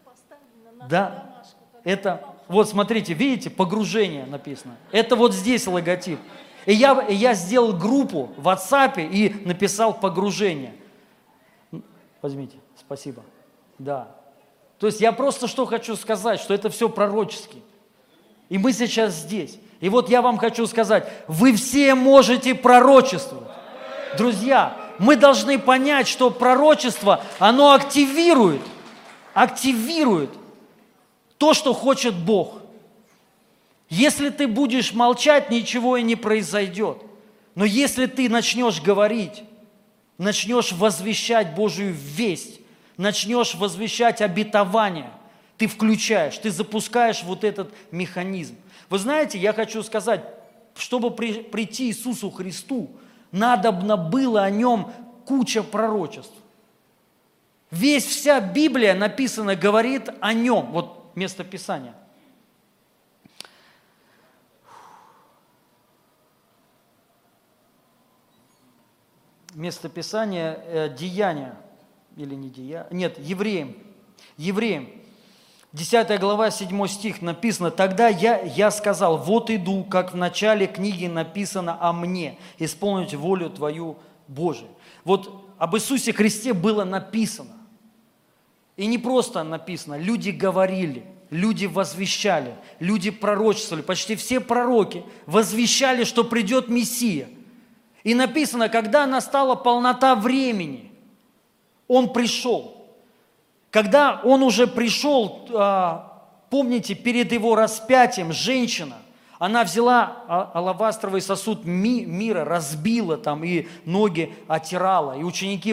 Да, это, вот смотрите, видите, погружение написано. Это вот здесь логотип. И я сделал группу в WhatsApp и написал погружение. Возьмите, спасибо. Да. То есть я просто что хочу сказать, что это все пророчески. И мы сейчас здесь. И вот я вам хочу сказать, вы все можете пророчествовать. Друзья, мы должны понять, что пророчество, оно активирует то, что хочет Бог. Если ты будешь молчать, ничего и не произойдет. Но если ты начнешь говорить, начнешь возвещать Божию весть, начнешь возвещать обетование, ты включаешь, ты запускаешь вот этот механизм. Вы знаете, я хочу сказать, чтобы прийти Иисусу Христу, надобно было о Нем куча пророчеств. Вся Библия написана, говорит о Нем. Вот место Писания. Место Писания, Деяния, или не Деяния, нет, Евреям, 10 глава, 7 стих написано, «Тогда я сказал, вот иду, как в начале книги написано о мне, исполнить волю Твою Божию». Вот об Иисусе Христе было написано. И не просто написано, люди говорили, люди возвещали, люди пророчествовали, почти все пророки возвещали, что придет Мессия. И написано, когда настала полнота времени, Он пришел. Когда Он уже пришел, помните, перед Его распятием женщина, она взяла алавастровый сосуд мира, разбила там и ноги оттирала. И ученики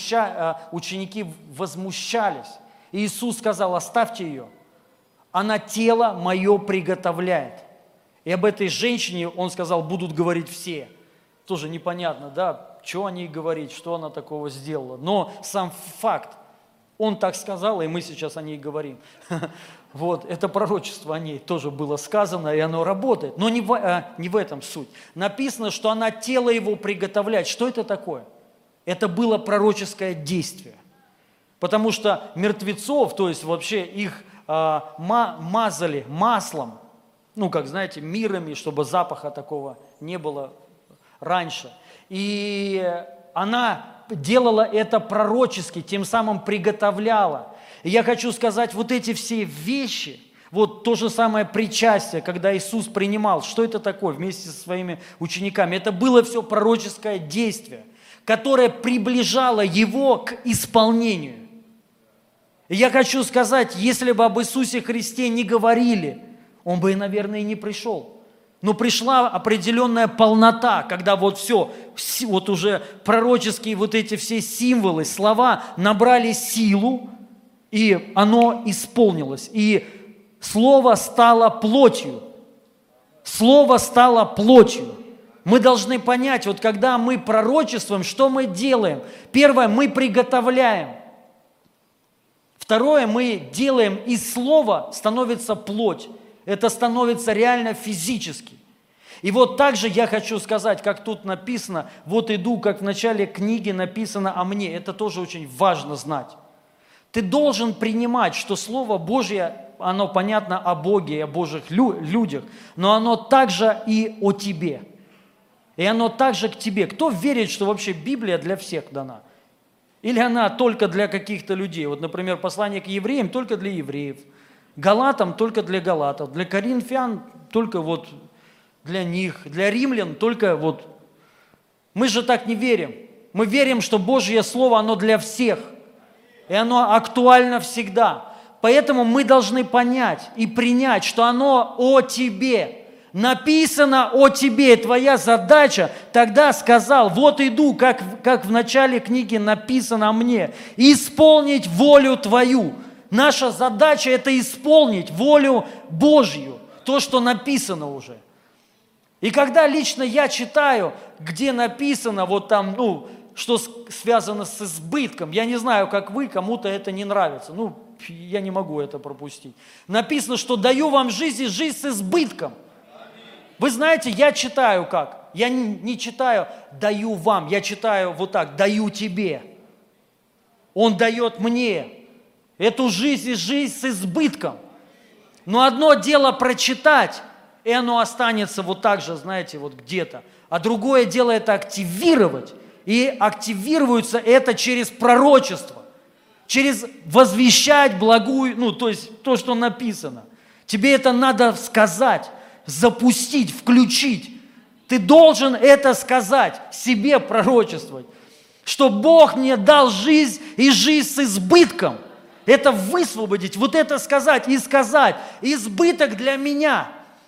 возмущались. И Иисус сказал, оставьте ее. Она тело мое приготовляет. И об этой женщине Он сказал, будут говорить все. Тоже непонятно, да, что о ней говорить, что она такого сделала. Но сам факт, Он так сказал, и мы сейчас о ней говорим. Вот, это пророчество о ней тоже было сказано, и оно работает. Но не в этом суть. Написано, что она тело его приготовляет. Что это такое? Это было пророческое действие. Потому что мертвецов, то есть вообще их мазали маслом, как знаете, мирами, чтобы запаха такого не было раньше. И она делала это пророчески, тем самым приготовляла. И я хочу сказать, вот эти все вещи, вот то же самое причастие, когда Иисус принимал, что это такое вместе со своими учениками? Это было все пророческое действие, которое приближало Его к исполнению. И я хочу сказать, если бы об Иисусе Христе не говорили, Он бы, наверное, и не пришел. Но пришла определенная полнота, когда вот все, вот уже пророческие вот эти все символы, слова набрали силу, и оно исполнилось. И Слово стало плотью. Слово стало плотью. Мы должны понять, вот когда мы пророчествуем, что мы делаем? Первое, мы приготовляем. Второе, мы делаем из слова становится плоть. Это становится реально физически. И вот также я хочу сказать, как тут написано, вот иду, как в начале книги написано о мне. Это тоже очень важно знать. Ты должен принимать, что Слово Божье, оно понятно о Боге и о Божьих людях, но оно также и о тебе. И оно также к тебе. Кто верит, что вообще Библия для всех дана? Или она только для каких-то людей? Вот, например, послание к евреям только для евреев, галатам только для галатов, для коринфян только вот для них, для римлян только вот. Мы же так не верим. Мы верим, что Божье Слово, оно для всех. И оно актуально всегда. Поэтому мы должны понять и принять, что оно о тебе. Написано о тебе. Твоя задача тогда сказал, вот иду, как в начале книги написано о мне, исполнить волю твою. Наша задача это исполнить волю Божью. То, что написано уже. И когда лично я читаю, где написано, вот там, что связано с избытком, я не знаю, как вы, кому-то это не нравится, я не могу это пропустить. Написано, что даю вам жизнь и жизнь с избытком. Вы знаете, я читаю как? Я не читаю «даю вам», я читаю вот так «даю тебе». Он дает мне эту жизнь и жизнь с избытком. Но одно дело прочитать, и оно останется вот так же, знаете, вот где-то. А другое дело это активировать. И активируется это через пророчество, через возвещать благую, то есть то, что написано. Тебе это надо сказать, запустить, включить. Ты должен это сказать, себе пророчествовать, что Бог мне дал жизнь и жизнь с избытком. Это высвободить, вот это сказать и сказать. Избыток для меня.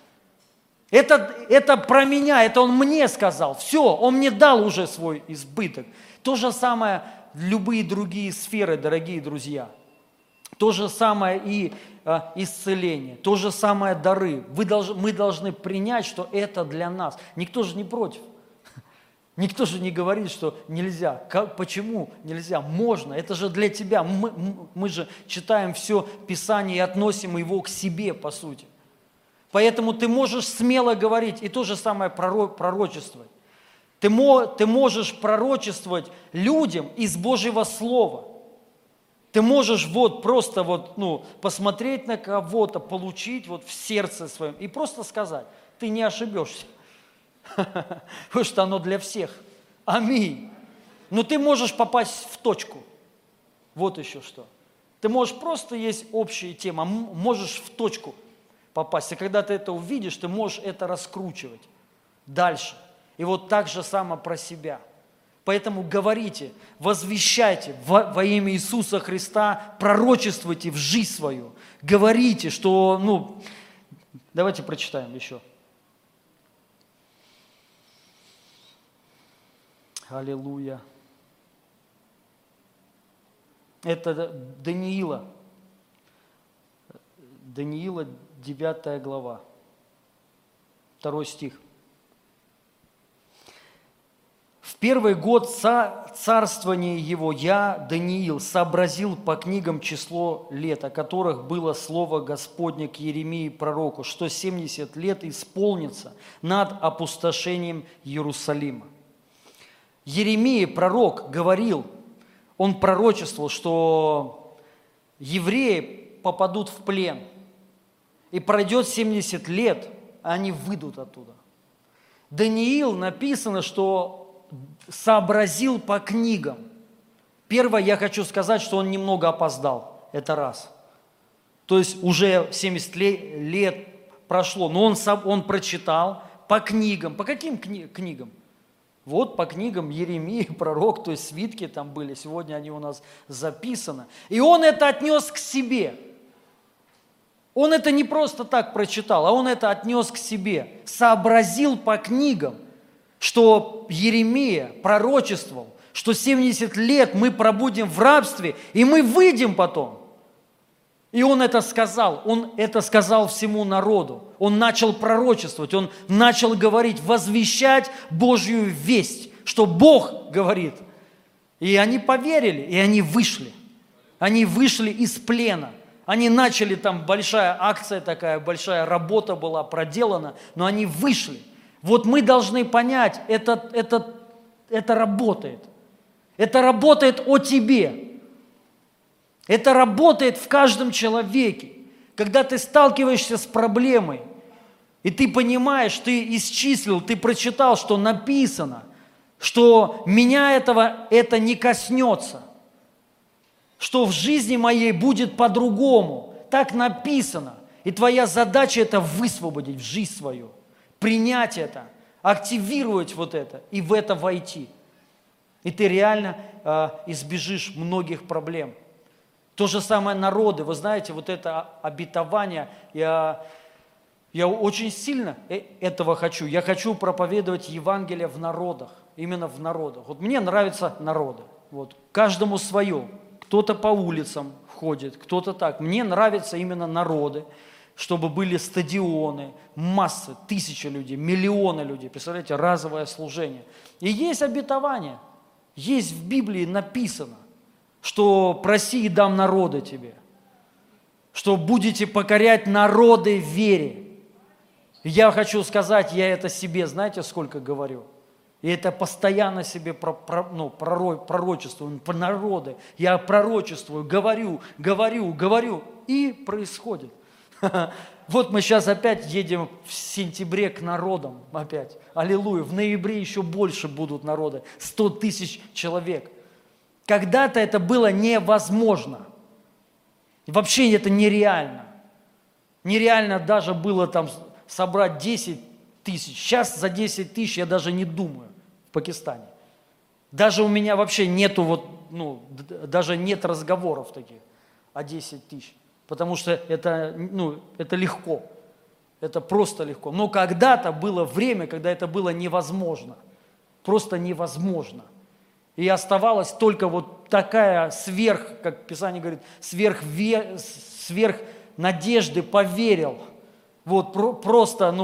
Это про меня, это Он мне сказал. Все, Он мне дал уже свой избыток. То же самое любые другие сферы, дорогие друзья. То же самое и исцеление, то же самое дары. Мы должны принять, что это для нас. Никто же не против. Никто же не говорит, что нельзя. Почему нельзя? Можно. Это же для тебя. Мы же читаем все Писание и относим его к себе, по сути. Поэтому ты можешь смело говорить и то же самое пророчествовать. Ты можешь пророчествовать людям из Божьего Слова. Ты можешь просто посмотреть на кого-то, получить в сердце своем и просто сказать. Ты не ошибешься. Потому что оно для всех. Аминь. Но ты можешь попасть в точку. Вот еще что. Ты можешь просто, есть общая тема, можешь в точку попасть. И когда ты это увидишь, ты можешь это раскручивать дальше. И вот так же само про себя. Поэтому говорите, возвещайте во имя Иисуса Христа, пророчествуйте в жизнь свою. Говорите, что, давайте прочитаем еще. Аллилуйя. Это Даниила. Даниила, 9 глава, 2 стих. В первый год царствования его я, Даниил, сообразил по книгам число лет, о которых было слово Господне к Иеремии пророку, что 70 лет исполнится над опустошением Иерусалима. Иеремия, пророк, говорил, он пророчествовал, что евреи попадут в плен, и пройдет 70 лет, а они выйдут оттуда. Даниил написано, что сообразил по книгам. Первое, я хочу сказать, что он немного опоздал. Это раз. То есть уже 70 лет прошло, но он прочитал по книгам. По каким книгам? Вот по книгам Иеремии, пророк, то есть свитки там были, сегодня они у нас записаны. И он это отнес к себе. Он это не просто так прочитал, а он это отнес к себе, сообразил по книгам, что Иеремия пророчествовал, что 70 лет мы пробудем в рабстве, и мы выйдем потом. И он это сказал всему народу. Он начал пророчествовать, он начал говорить, возвещать Божью весть, что Бог говорит. И они поверили, и они вышли. Они вышли из плена. Они начали, там большая акция такая, большая работа была проделана, но они вышли. Вот мы должны понять, это работает. Это работает о тебе. Это работает в каждом человеке. Когда ты сталкиваешься с проблемой, и ты понимаешь, ты исчислил, ты прочитал, что написано, что меня это не коснется, что в жизни моей будет по-другому. Так написано. И твоя задача это высвободить в жизнь свою, принять это, активировать вот это и в это войти. И ты реально избежишь многих проблем. То же самое народы. Вы знаете, вот это обетование, я очень сильно этого хочу. Я хочу проповедовать Евангелие в народах, именно в народах. Вот мне нравятся народы. Вот, каждому свое. Кто-то по улицам ходит, кто-то так. Мне нравятся именно народы, чтобы были стадионы, массы, тысячи людей, миллионы людей. Представляете, разовое служение. И есть обетование, есть в Библии написано, что проси и дам народы тебе, что будете покорять народы в вере. Я хочу сказать, я это себе, знаете, сколько говорю? И это постоянно себе пророчествую, про народы. Я пророчествую, говорю, и происходит. Вот мы сейчас опять едем в сентябре к народам опять. Аллилуйя. В ноябре еще больше будут народы. 100 тысяч человек. Когда-то это было невозможно. Вообще это нереально. Нереально даже было там собрать 10 тысяч. Сейчас за 10 тысяч я даже не думаю в Пакистане. Даже у меня вообще нету даже нет разговоров таких о 10 тысяч. Потому что это легко. Это просто легко. Но когда-то было время, когда это было невозможно. Просто невозможно. И оставалась только вот такая как Писание говорит, сверх надежды поверил. Вот это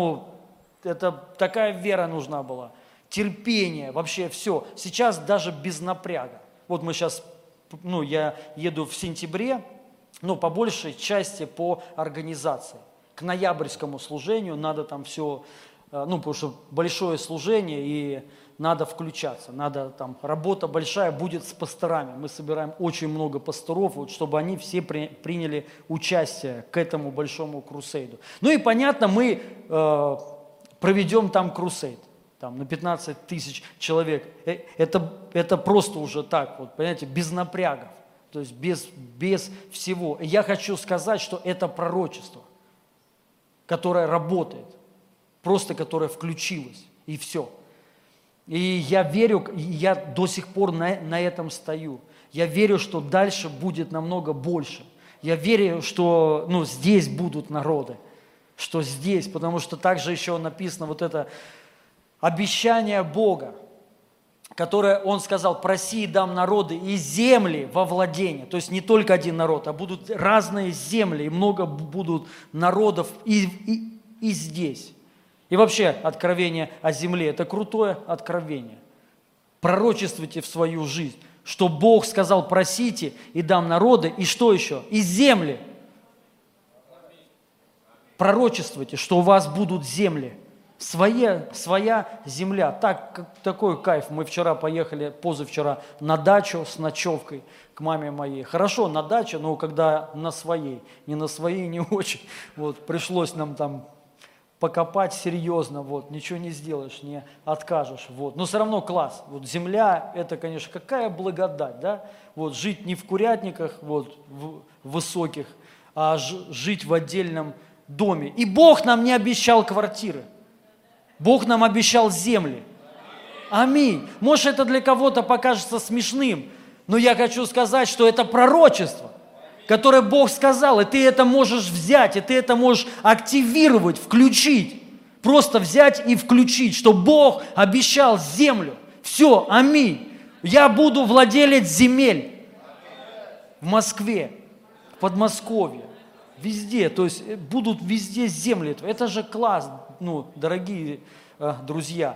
такая вера нужна была. Терпение, вообще все. Сейчас даже без напряга. Вот мы сейчас, я еду в сентябре, по большей части по организации. К ноябрьскому служению надо там все, потому что большое служение, и надо включаться, работа большая будет с пасторами. Мы собираем очень много пасторов, чтобы они все приняли участие к этому большому крусейду. И понятно, мы проведем там крусейд, там на 15 тысяч человек. Это просто уже так, понимаете, без напрягов, то есть без всего. И я хочу сказать, что это пророчество, которое работает, просто которое включилось, и все. И я верю, я до сих пор на этом стою. Я верю, что дальше будет намного больше. Я верю, что здесь будут народы, что здесь, потому что также еще написано вот это обещание Бога, которое Он сказал, проси и дам народы и земли во владение. То есть не только один народ, а будут разные земли, и много будут народов и здесь. И вообще откровение о земле – это крутое откровение. Пророчествуйте в свою жизнь, что Бог сказал, просите и дам народы, и что еще? И земли. Пророчествуйте, что у вас будут земли. Своя земля. Такой кайф. Мы позавчера на дачу с ночевкой к маме моей. Хорошо, на даче, но когда на своей. Не на своей, не очень. Пришлось нам там покопать серьезно, ничего не сделаешь, не откажешь, но все равно класс. Земля, это, конечно, какая благодать, да? Жить не в курятниках, высоких, а жить в отдельном доме. И Бог нам не обещал квартиры, Бог нам обещал земли. Аминь. Может, это для кого-то покажется смешным, но я хочу сказать, что это пророчество, которое Бог сказал, и ты это можешь взять, и ты это можешь активировать, включить. Просто взять и включить, что Бог обещал землю. Все, аминь. Я буду владелец земель в Москве, в Подмосковье, везде. То есть будут везде земли. Это же класс, дорогие друзья.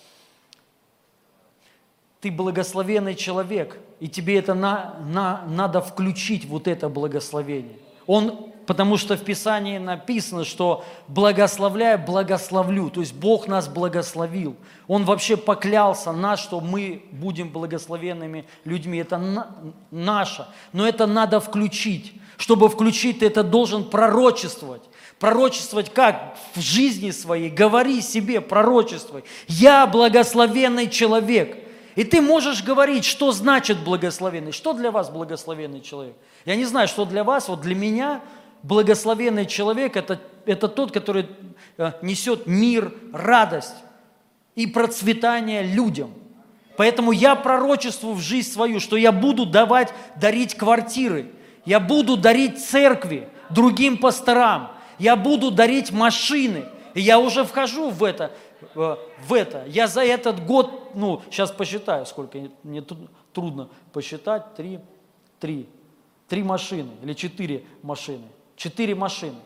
Ты благословенный человек, и тебе это надо включить, вот это благословение. Потому что в Писании написано, что благословляя, благословлю. То есть Бог нас благословил. Он вообще поклялся нас, что мы будем благословенными людьми. Это наше. Но это надо включить. Чтобы включить, ты это должен пророчествовать. Пророчествовать как? В жизни своей. Говори себе, пророчествуй. Я благословенный человек. И ты можешь говорить, что значит благословенный. Что для вас благословенный человек? Я не знаю, что для вас, вот для меня благословенный человек это тот, который несет мир, радость и процветание людям. Поэтому я пророчествую в жизнь свою, что я буду дарить квартиры, я буду дарить церкви, другим пасторам, я буду дарить машины. И я уже вхожу в это. Я за этот год, сейчас посчитаю, сколько, мне трудно посчитать, три машины или 4 машины. 4 машины.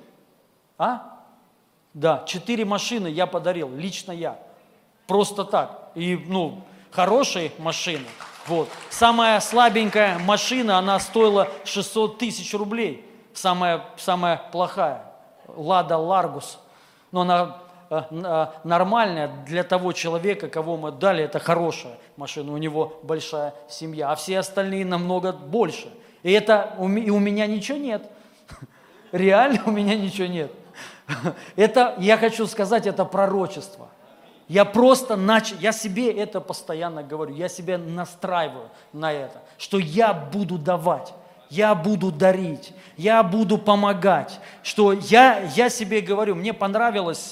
Да, 4 машины я подарил, лично я. Просто так. И, хорошие машины. Вот. Самая слабенькая машина, она стоила 600 тысяч рублей. Самая плохая. Лада Ларгус. Но она нормальная для того человека, кого мы дали, это хорошая машина, у него большая семья, а все остальные намного больше. И у меня ничего нет. Реально у меня ничего нет. Это, я хочу сказать, это пророчество. Я себе это постоянно говорю, я себя настраиваю на это, что я буду давать. Я буду дарить, я буду помогать, что я себе говорю, мне понравилось,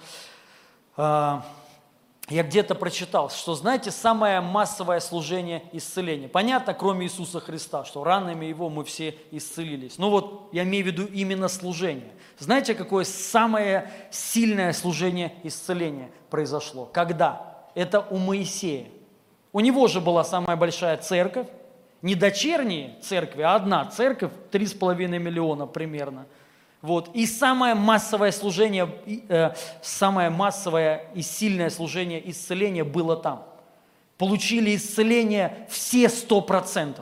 я где-то прочитал, что, знаете, самое массовое служение исцеления. Понятно, кроме Иисуса Христа, что ранами Его мы все исцелились. Но я имею в виду именно служение. Знаете, какое самое сильное служение исцеления произошло? Когда? Это у Моисея. У него же была самая большая церковь. Не дочерние церкви, а одна церковь, 3,5 миллиона примерно. И самое массовое служение, самое массовое и сильное служение исцеления было там. Получили исцеление все 100%.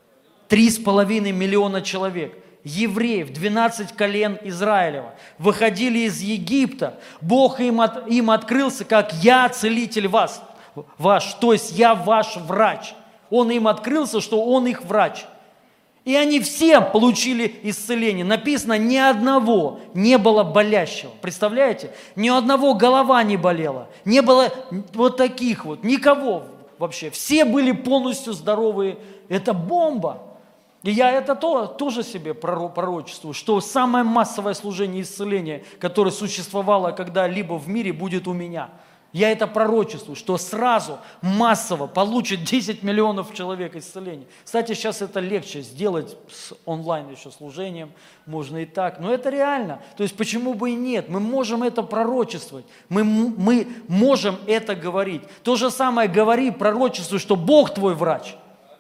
3,5 миллиона человек. Евреев, 12 колен Израилева. Выходили из Египта. Бог им открылся, как «Я целитель ваш», то есть «Я ваш врач». Он им открылся, что Он их врач. И они все получили исцеление. Написано, ни одного не было болящего. Представляете? Ни одного голова не болела. Не было таких никого вообще. Все были полностью здоровые. Это бомба. И я это тоже себе пророчествую, что самое массовое служение исцеления, которое существовало когда-либо в мире, будет у меня. Я это пророчествую, что сразу массово получит 10 миллионов человек исцеления. Кстати, сейчас это легче сделать с онлайн еще служением, можно и так, но это реально. То есть почему бы и нет? Мы можем это пророчествовать, мы можем это говорить. То же самое говори, пророчествуй, что Бог твой врач.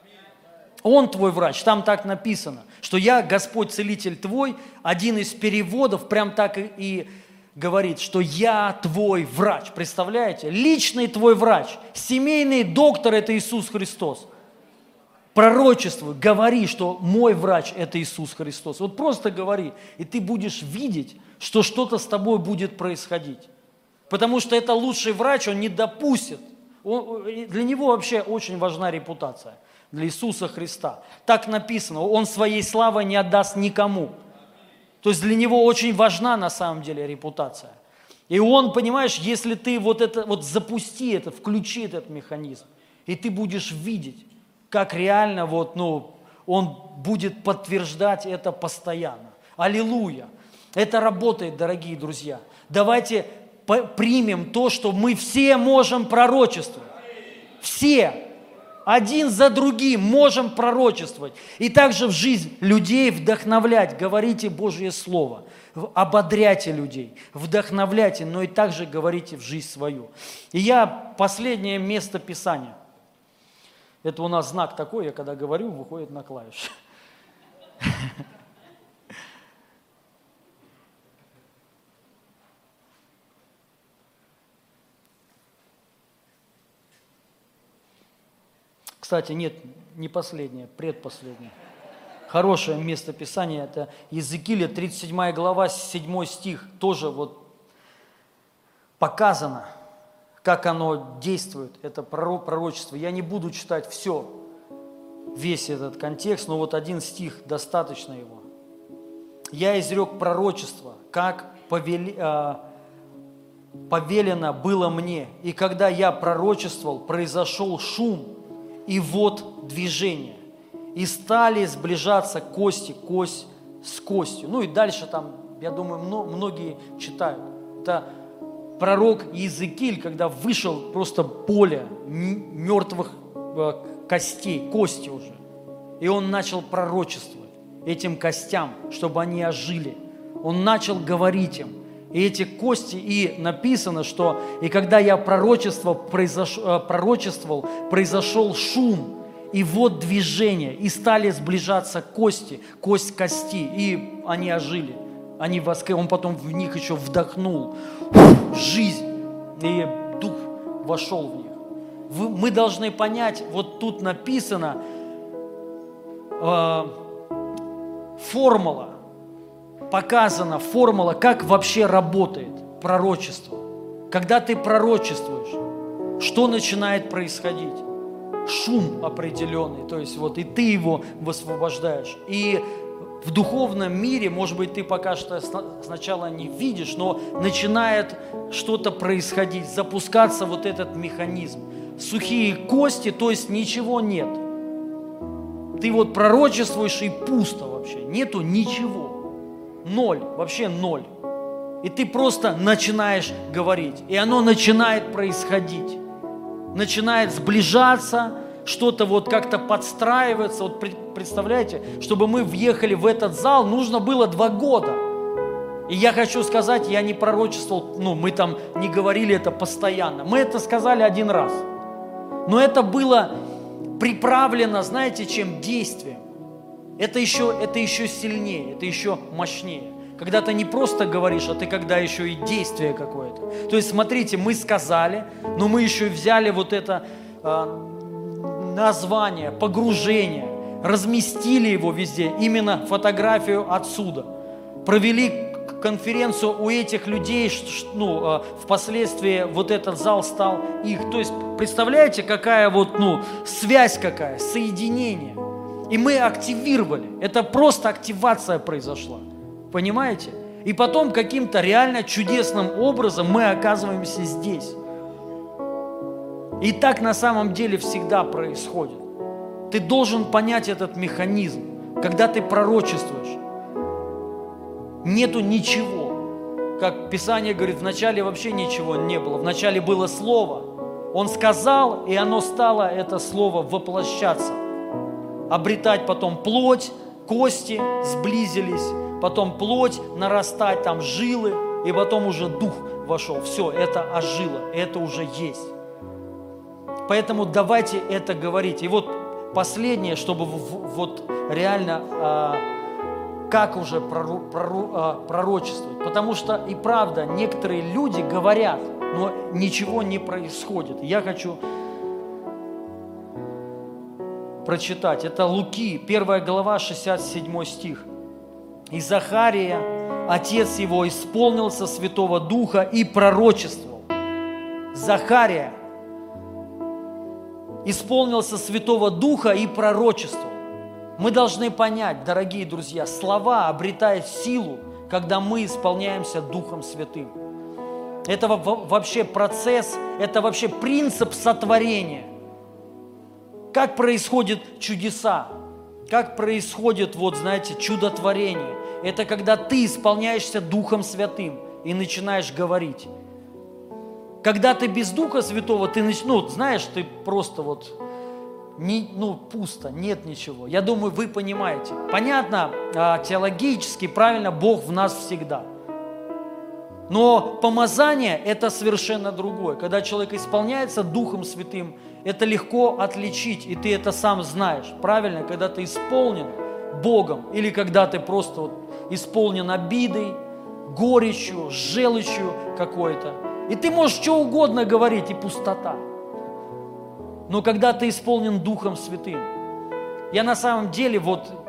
Он твой врач, там так написано, что я, Господь, целитель твой. Один из переводов прям так и говорит, что я твой врач, представляете? Личный твой врач, семейный доктор – это Иисус Христос. Пророчествуй, говори, что мой врач – это Иисус Христос. Просто говори, и ты будешь видеть, что что-то с тобой будет происходить. Потому что это лучший врач, он не допустит. Для него вообще очень важна репутация, для Иисуса Христа. Так написано, он своей славы не отдаст никому. То есть для него очень важна на самом деле репутация. И он, понимаешь, если ты запусти это, включи этот механизм, и ты будешь видеть, как реально он будет подтверждать это постоянно. Аллилуйя! Это работает, дорогие друзья. Давайте примем то, что мы все можем пророчествовать. Все. один за другим можем пророчествовать. И также в жизнь людей вдохновлять. Говорите Божье Слово. Ободряйте людей, вдохновляйте, но и также говорите в жизнь свою. И последнее место Писания. Это у нас знак такой, я когда говорю, выходит на клавиши. Кстати, нет, не последнее, предпоследнее. Хорошее место Писания, это Иезекииля, 37 глава, 7 стих. Тоже вот показано, как оно действует, это пророчество. Я не буду читать все, весь этот контекст, но вот один стих, достаточно его. «Я изрек пророчество, как повелено было мне, и когда я пророчествовал, произошел шум, и вот движение, и стали сближаться кости, кость с костью». Ну и дальше там, я думаю, многие читают. Это пророк Иезекииль, когда вышел просто поле мертвых костей, кости уже. И он начал пророчествовать этим костям, чтобы они ожили. Он начал говорить им. И эти кости, и написано, что «и когда я пророчествовал, произошел шум, и вот движение, и стали сближаться кости, кость кости, и они ожили». Он потом в них еще вдохнул жизнь, и дух вошел в них. Мы должны понять, вот тут написано формула, показана формула, как вообще работает пророчество. Когда ты пророчествуешь, что начинает происходить? Шум определенный, то есть вот и ты его высвобождаешь. И в духовном мире, может быть, ты пока что сначала не видишь, но начинает что-то происходить, запускаться вот этот механизм. Сухие кости, то есть ничего нет. Ты вот пророчествуешь, и пусто вообще, нету ничего. Ноль, вообще ноль. И ты просто начинаешь говорить, и оно начинает происходить. Начинает сближаться, что-то вот как-то подстраивается. Вот представляете, чтобы мы въехали в этот зал, нужно было 2 года. И я хочу сказать, я не пророчествовал, мы там не говорили это постоянно. Мы это сказали 1 раз. Но это было приправлено, знаете, чем действием. Это еще сильнее, это еще мощнее. Когда ты не просто говоришь, а ты когда еще и действие какое-то. То есть, смотрите, мы сказали, но мы еще и взяли вот это название, погружение, разместили его везде, именно фотографию отсюда. Провели конференцию у этих людей, впоследствии вот этот зал стал их. То есть, представляете, какая связь какая, соединение. И мы активировали. Это просто активация произошла. Понимаете? И потом каким-то реально чудесным образом мы оказываемся здесь. И так на самом деле всегда происходит. Ты должен понять этот механизм. Когда ты пророчествуешь, нету ничего. Как Писание говорит, вначале вообще ничего не было. Вначале было Слово. Он сказал, и оно стало, это Слово, воплощаться. Обретать потом плоть, кости сблизились, потом плоть нарастать, там жилы, и потом уже дух вошел. Все, это ожило, это уже есть. Поэтому давайте это говорить. И вот последнее, чтобы вот реально как уже пророчествовать. Потому что и правда, некоторые люди говорят, но ничего не происходит. Я хочу прочитать. Это Луки, 1 глава, 67 стих. «И Захария, отец его, исполнился Святого Духа и пророчествовал». Захария исполнился Святого Духа и пророчествовал. Мы должны понять, дорогие друзья, слова обретают силу, когда мы исполняемся Духом Святым. Это вообще процесс, это вообще принцип сотворения. Как происходят чудеса, как происходит, чудотворение. Это когда ты исполняешься Духом Святым и начинаешь говорить. Когда ты без Духа Святого, ты просто пусто, нет ничего. Я думаю, вы понимаете. Понятно, теологически, правильно, Бог в нас всегда. Но помазание – это совершенно другое. Когда человек исполняется Духом Святым, это легко отличить, и ты это сам знаешь. Правильно, когда ты исполнен Богом, или когда ты просто исполнен обидой, горечью, желчью какой-то. И ты можешь что угодно говорить, и пустота. Но когда ты исполнен Духом Святым, я на самом деле,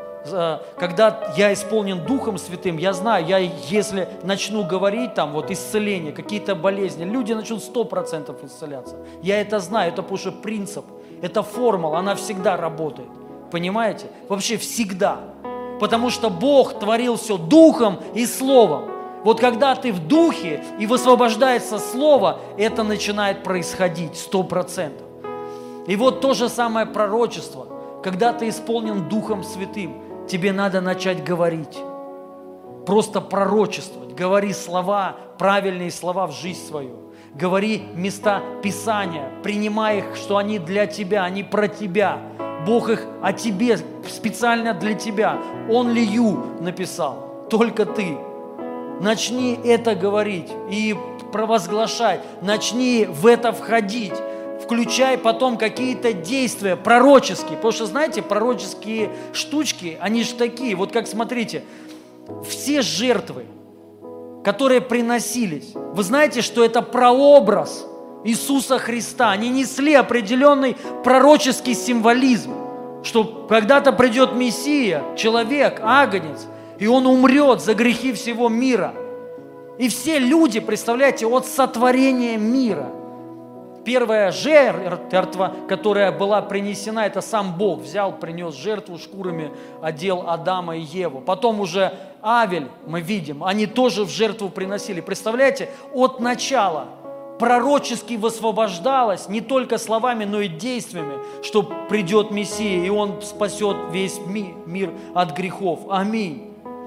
когда я исполнен Духом Святым, я знаю, если начну говорить исцеление, какие-то болезни, люди начнут 100% исцеляться. Я это знаю, это потому что принцип, это формула, она всегда работает. Понимаете? Вообще всегда. Потому что Бог творил все Духом и Словом. Вот когда ты в Духе и высвобождается Слово, это начинает происходить 100%. И вот то же самое пророчество. Когда ты исполнен Духом Святым, тебе надо начать говорить. Просто пророчествовать. Говори слова, правильные слова в жизнь свою. Говори места Писания. Принимай их, что они для тебя, они про тебя. Бог их о тебе, специально для тебя. Он Лию написал, только ты. Начни это говорить и провозглашать. Начни в это входить. Включай потом какие-то действия пророческие. Потому что, знаете, пророческие штучки, они же такие. Вот как, смотрите, все жертвы, которые приносились, вы знаете, что это прообраз Иисуса Христа. Они несли определенный пророческий символизм, что когда-то придет Мессия, человек, агнец, и Он умрет за грехи всего мира. И все люди, представляете, от сотворения мира. Первая жертва, которая была принесена, это сам Бог взял, принес жертву, шкурами одел Адама и Еву. Потом уже Авель, мы видим, они тоже в жертву приносили. Представляете, от начала пророчески высвобождалось не только словами, но и действиями, что придет Мессия, и Он спасет весь мир от грехов. Аминь.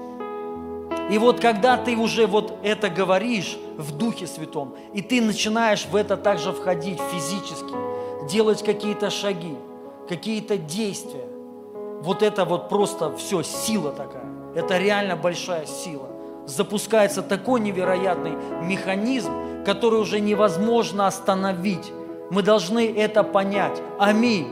И вот когда ты уже это говоришь в Духе Святом, и ты начинаешь в это также входить физически, делать какие-то шаги, какие-то действия, это просто все, сила такая, это реально большая сила. Запускается такой невероятный механизм, который уже невозможно остановить. Мы должны это понять. Аминь.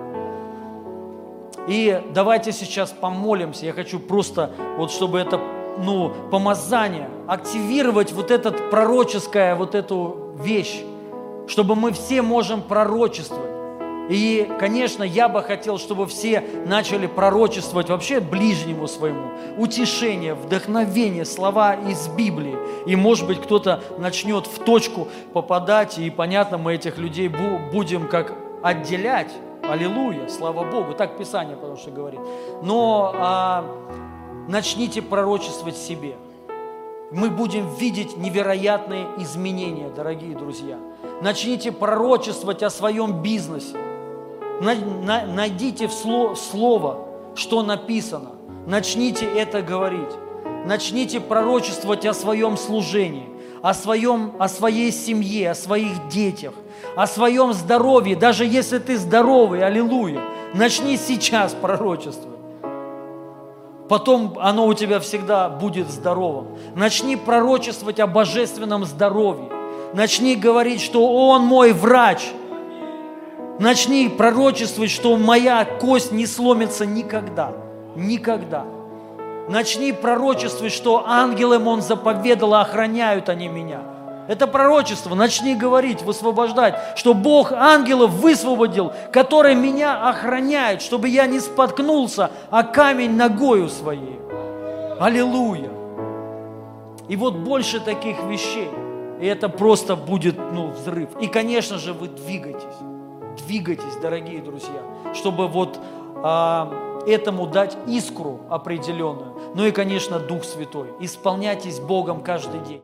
И давайте сейчас помолимся. Я хочу просто, чтобы это помазание, активировать этот пророческое, эту вещь, чтобы мы все можем пророчествовать. И, конечно, я бы хотел, чтобы все начали пророчествовать вообще ближнему своему. Утешение, вдохновение, слова из Библии. И, может быть, кто-то начнет в точку попадать, и, понятно, мы этих людей будем как отделять. Аллилуйя, слава Богу. Так Писание, потому что говорит. Но начните пророчествовать себе. Мы будем видеть невероятные изменения, дорогие друзья. Начните пророчествовать о своем бизнесе. Найдите в слово, что написано. Начните это говорить. Начните пророчествовать о своем служении, о своей семье, о своих детях, о своем здоровье. Даже если ты здоровый, аллилуйя, начни сейчас пророчествовать. Потом оно у тебя всегда будет здоровым. Начни пророчествовать о божественном здоровье. Начни говорить, что Он мой врач. Начни пророчествовать, что моя кость не сломится никогда. Никогда. Начни пророчествовать, что ангелам Он заповедал, а охраняют они меня. Это пророчество. Начни говорить, высвобождать, что Бог ангелов высвободил, которые меня охраняют, чтобы я не споткнулся о камень ногою своей. Аллилуйя. И больше таких вещей. И это просто будет, взрыв. И, конечно же, вы двигаетесь. Двигайтесь, дорогие друзья, чтобы этому дать искру определенную. Ну и, конечно, Дух Святой. Исполняйтесь Богом каждый день.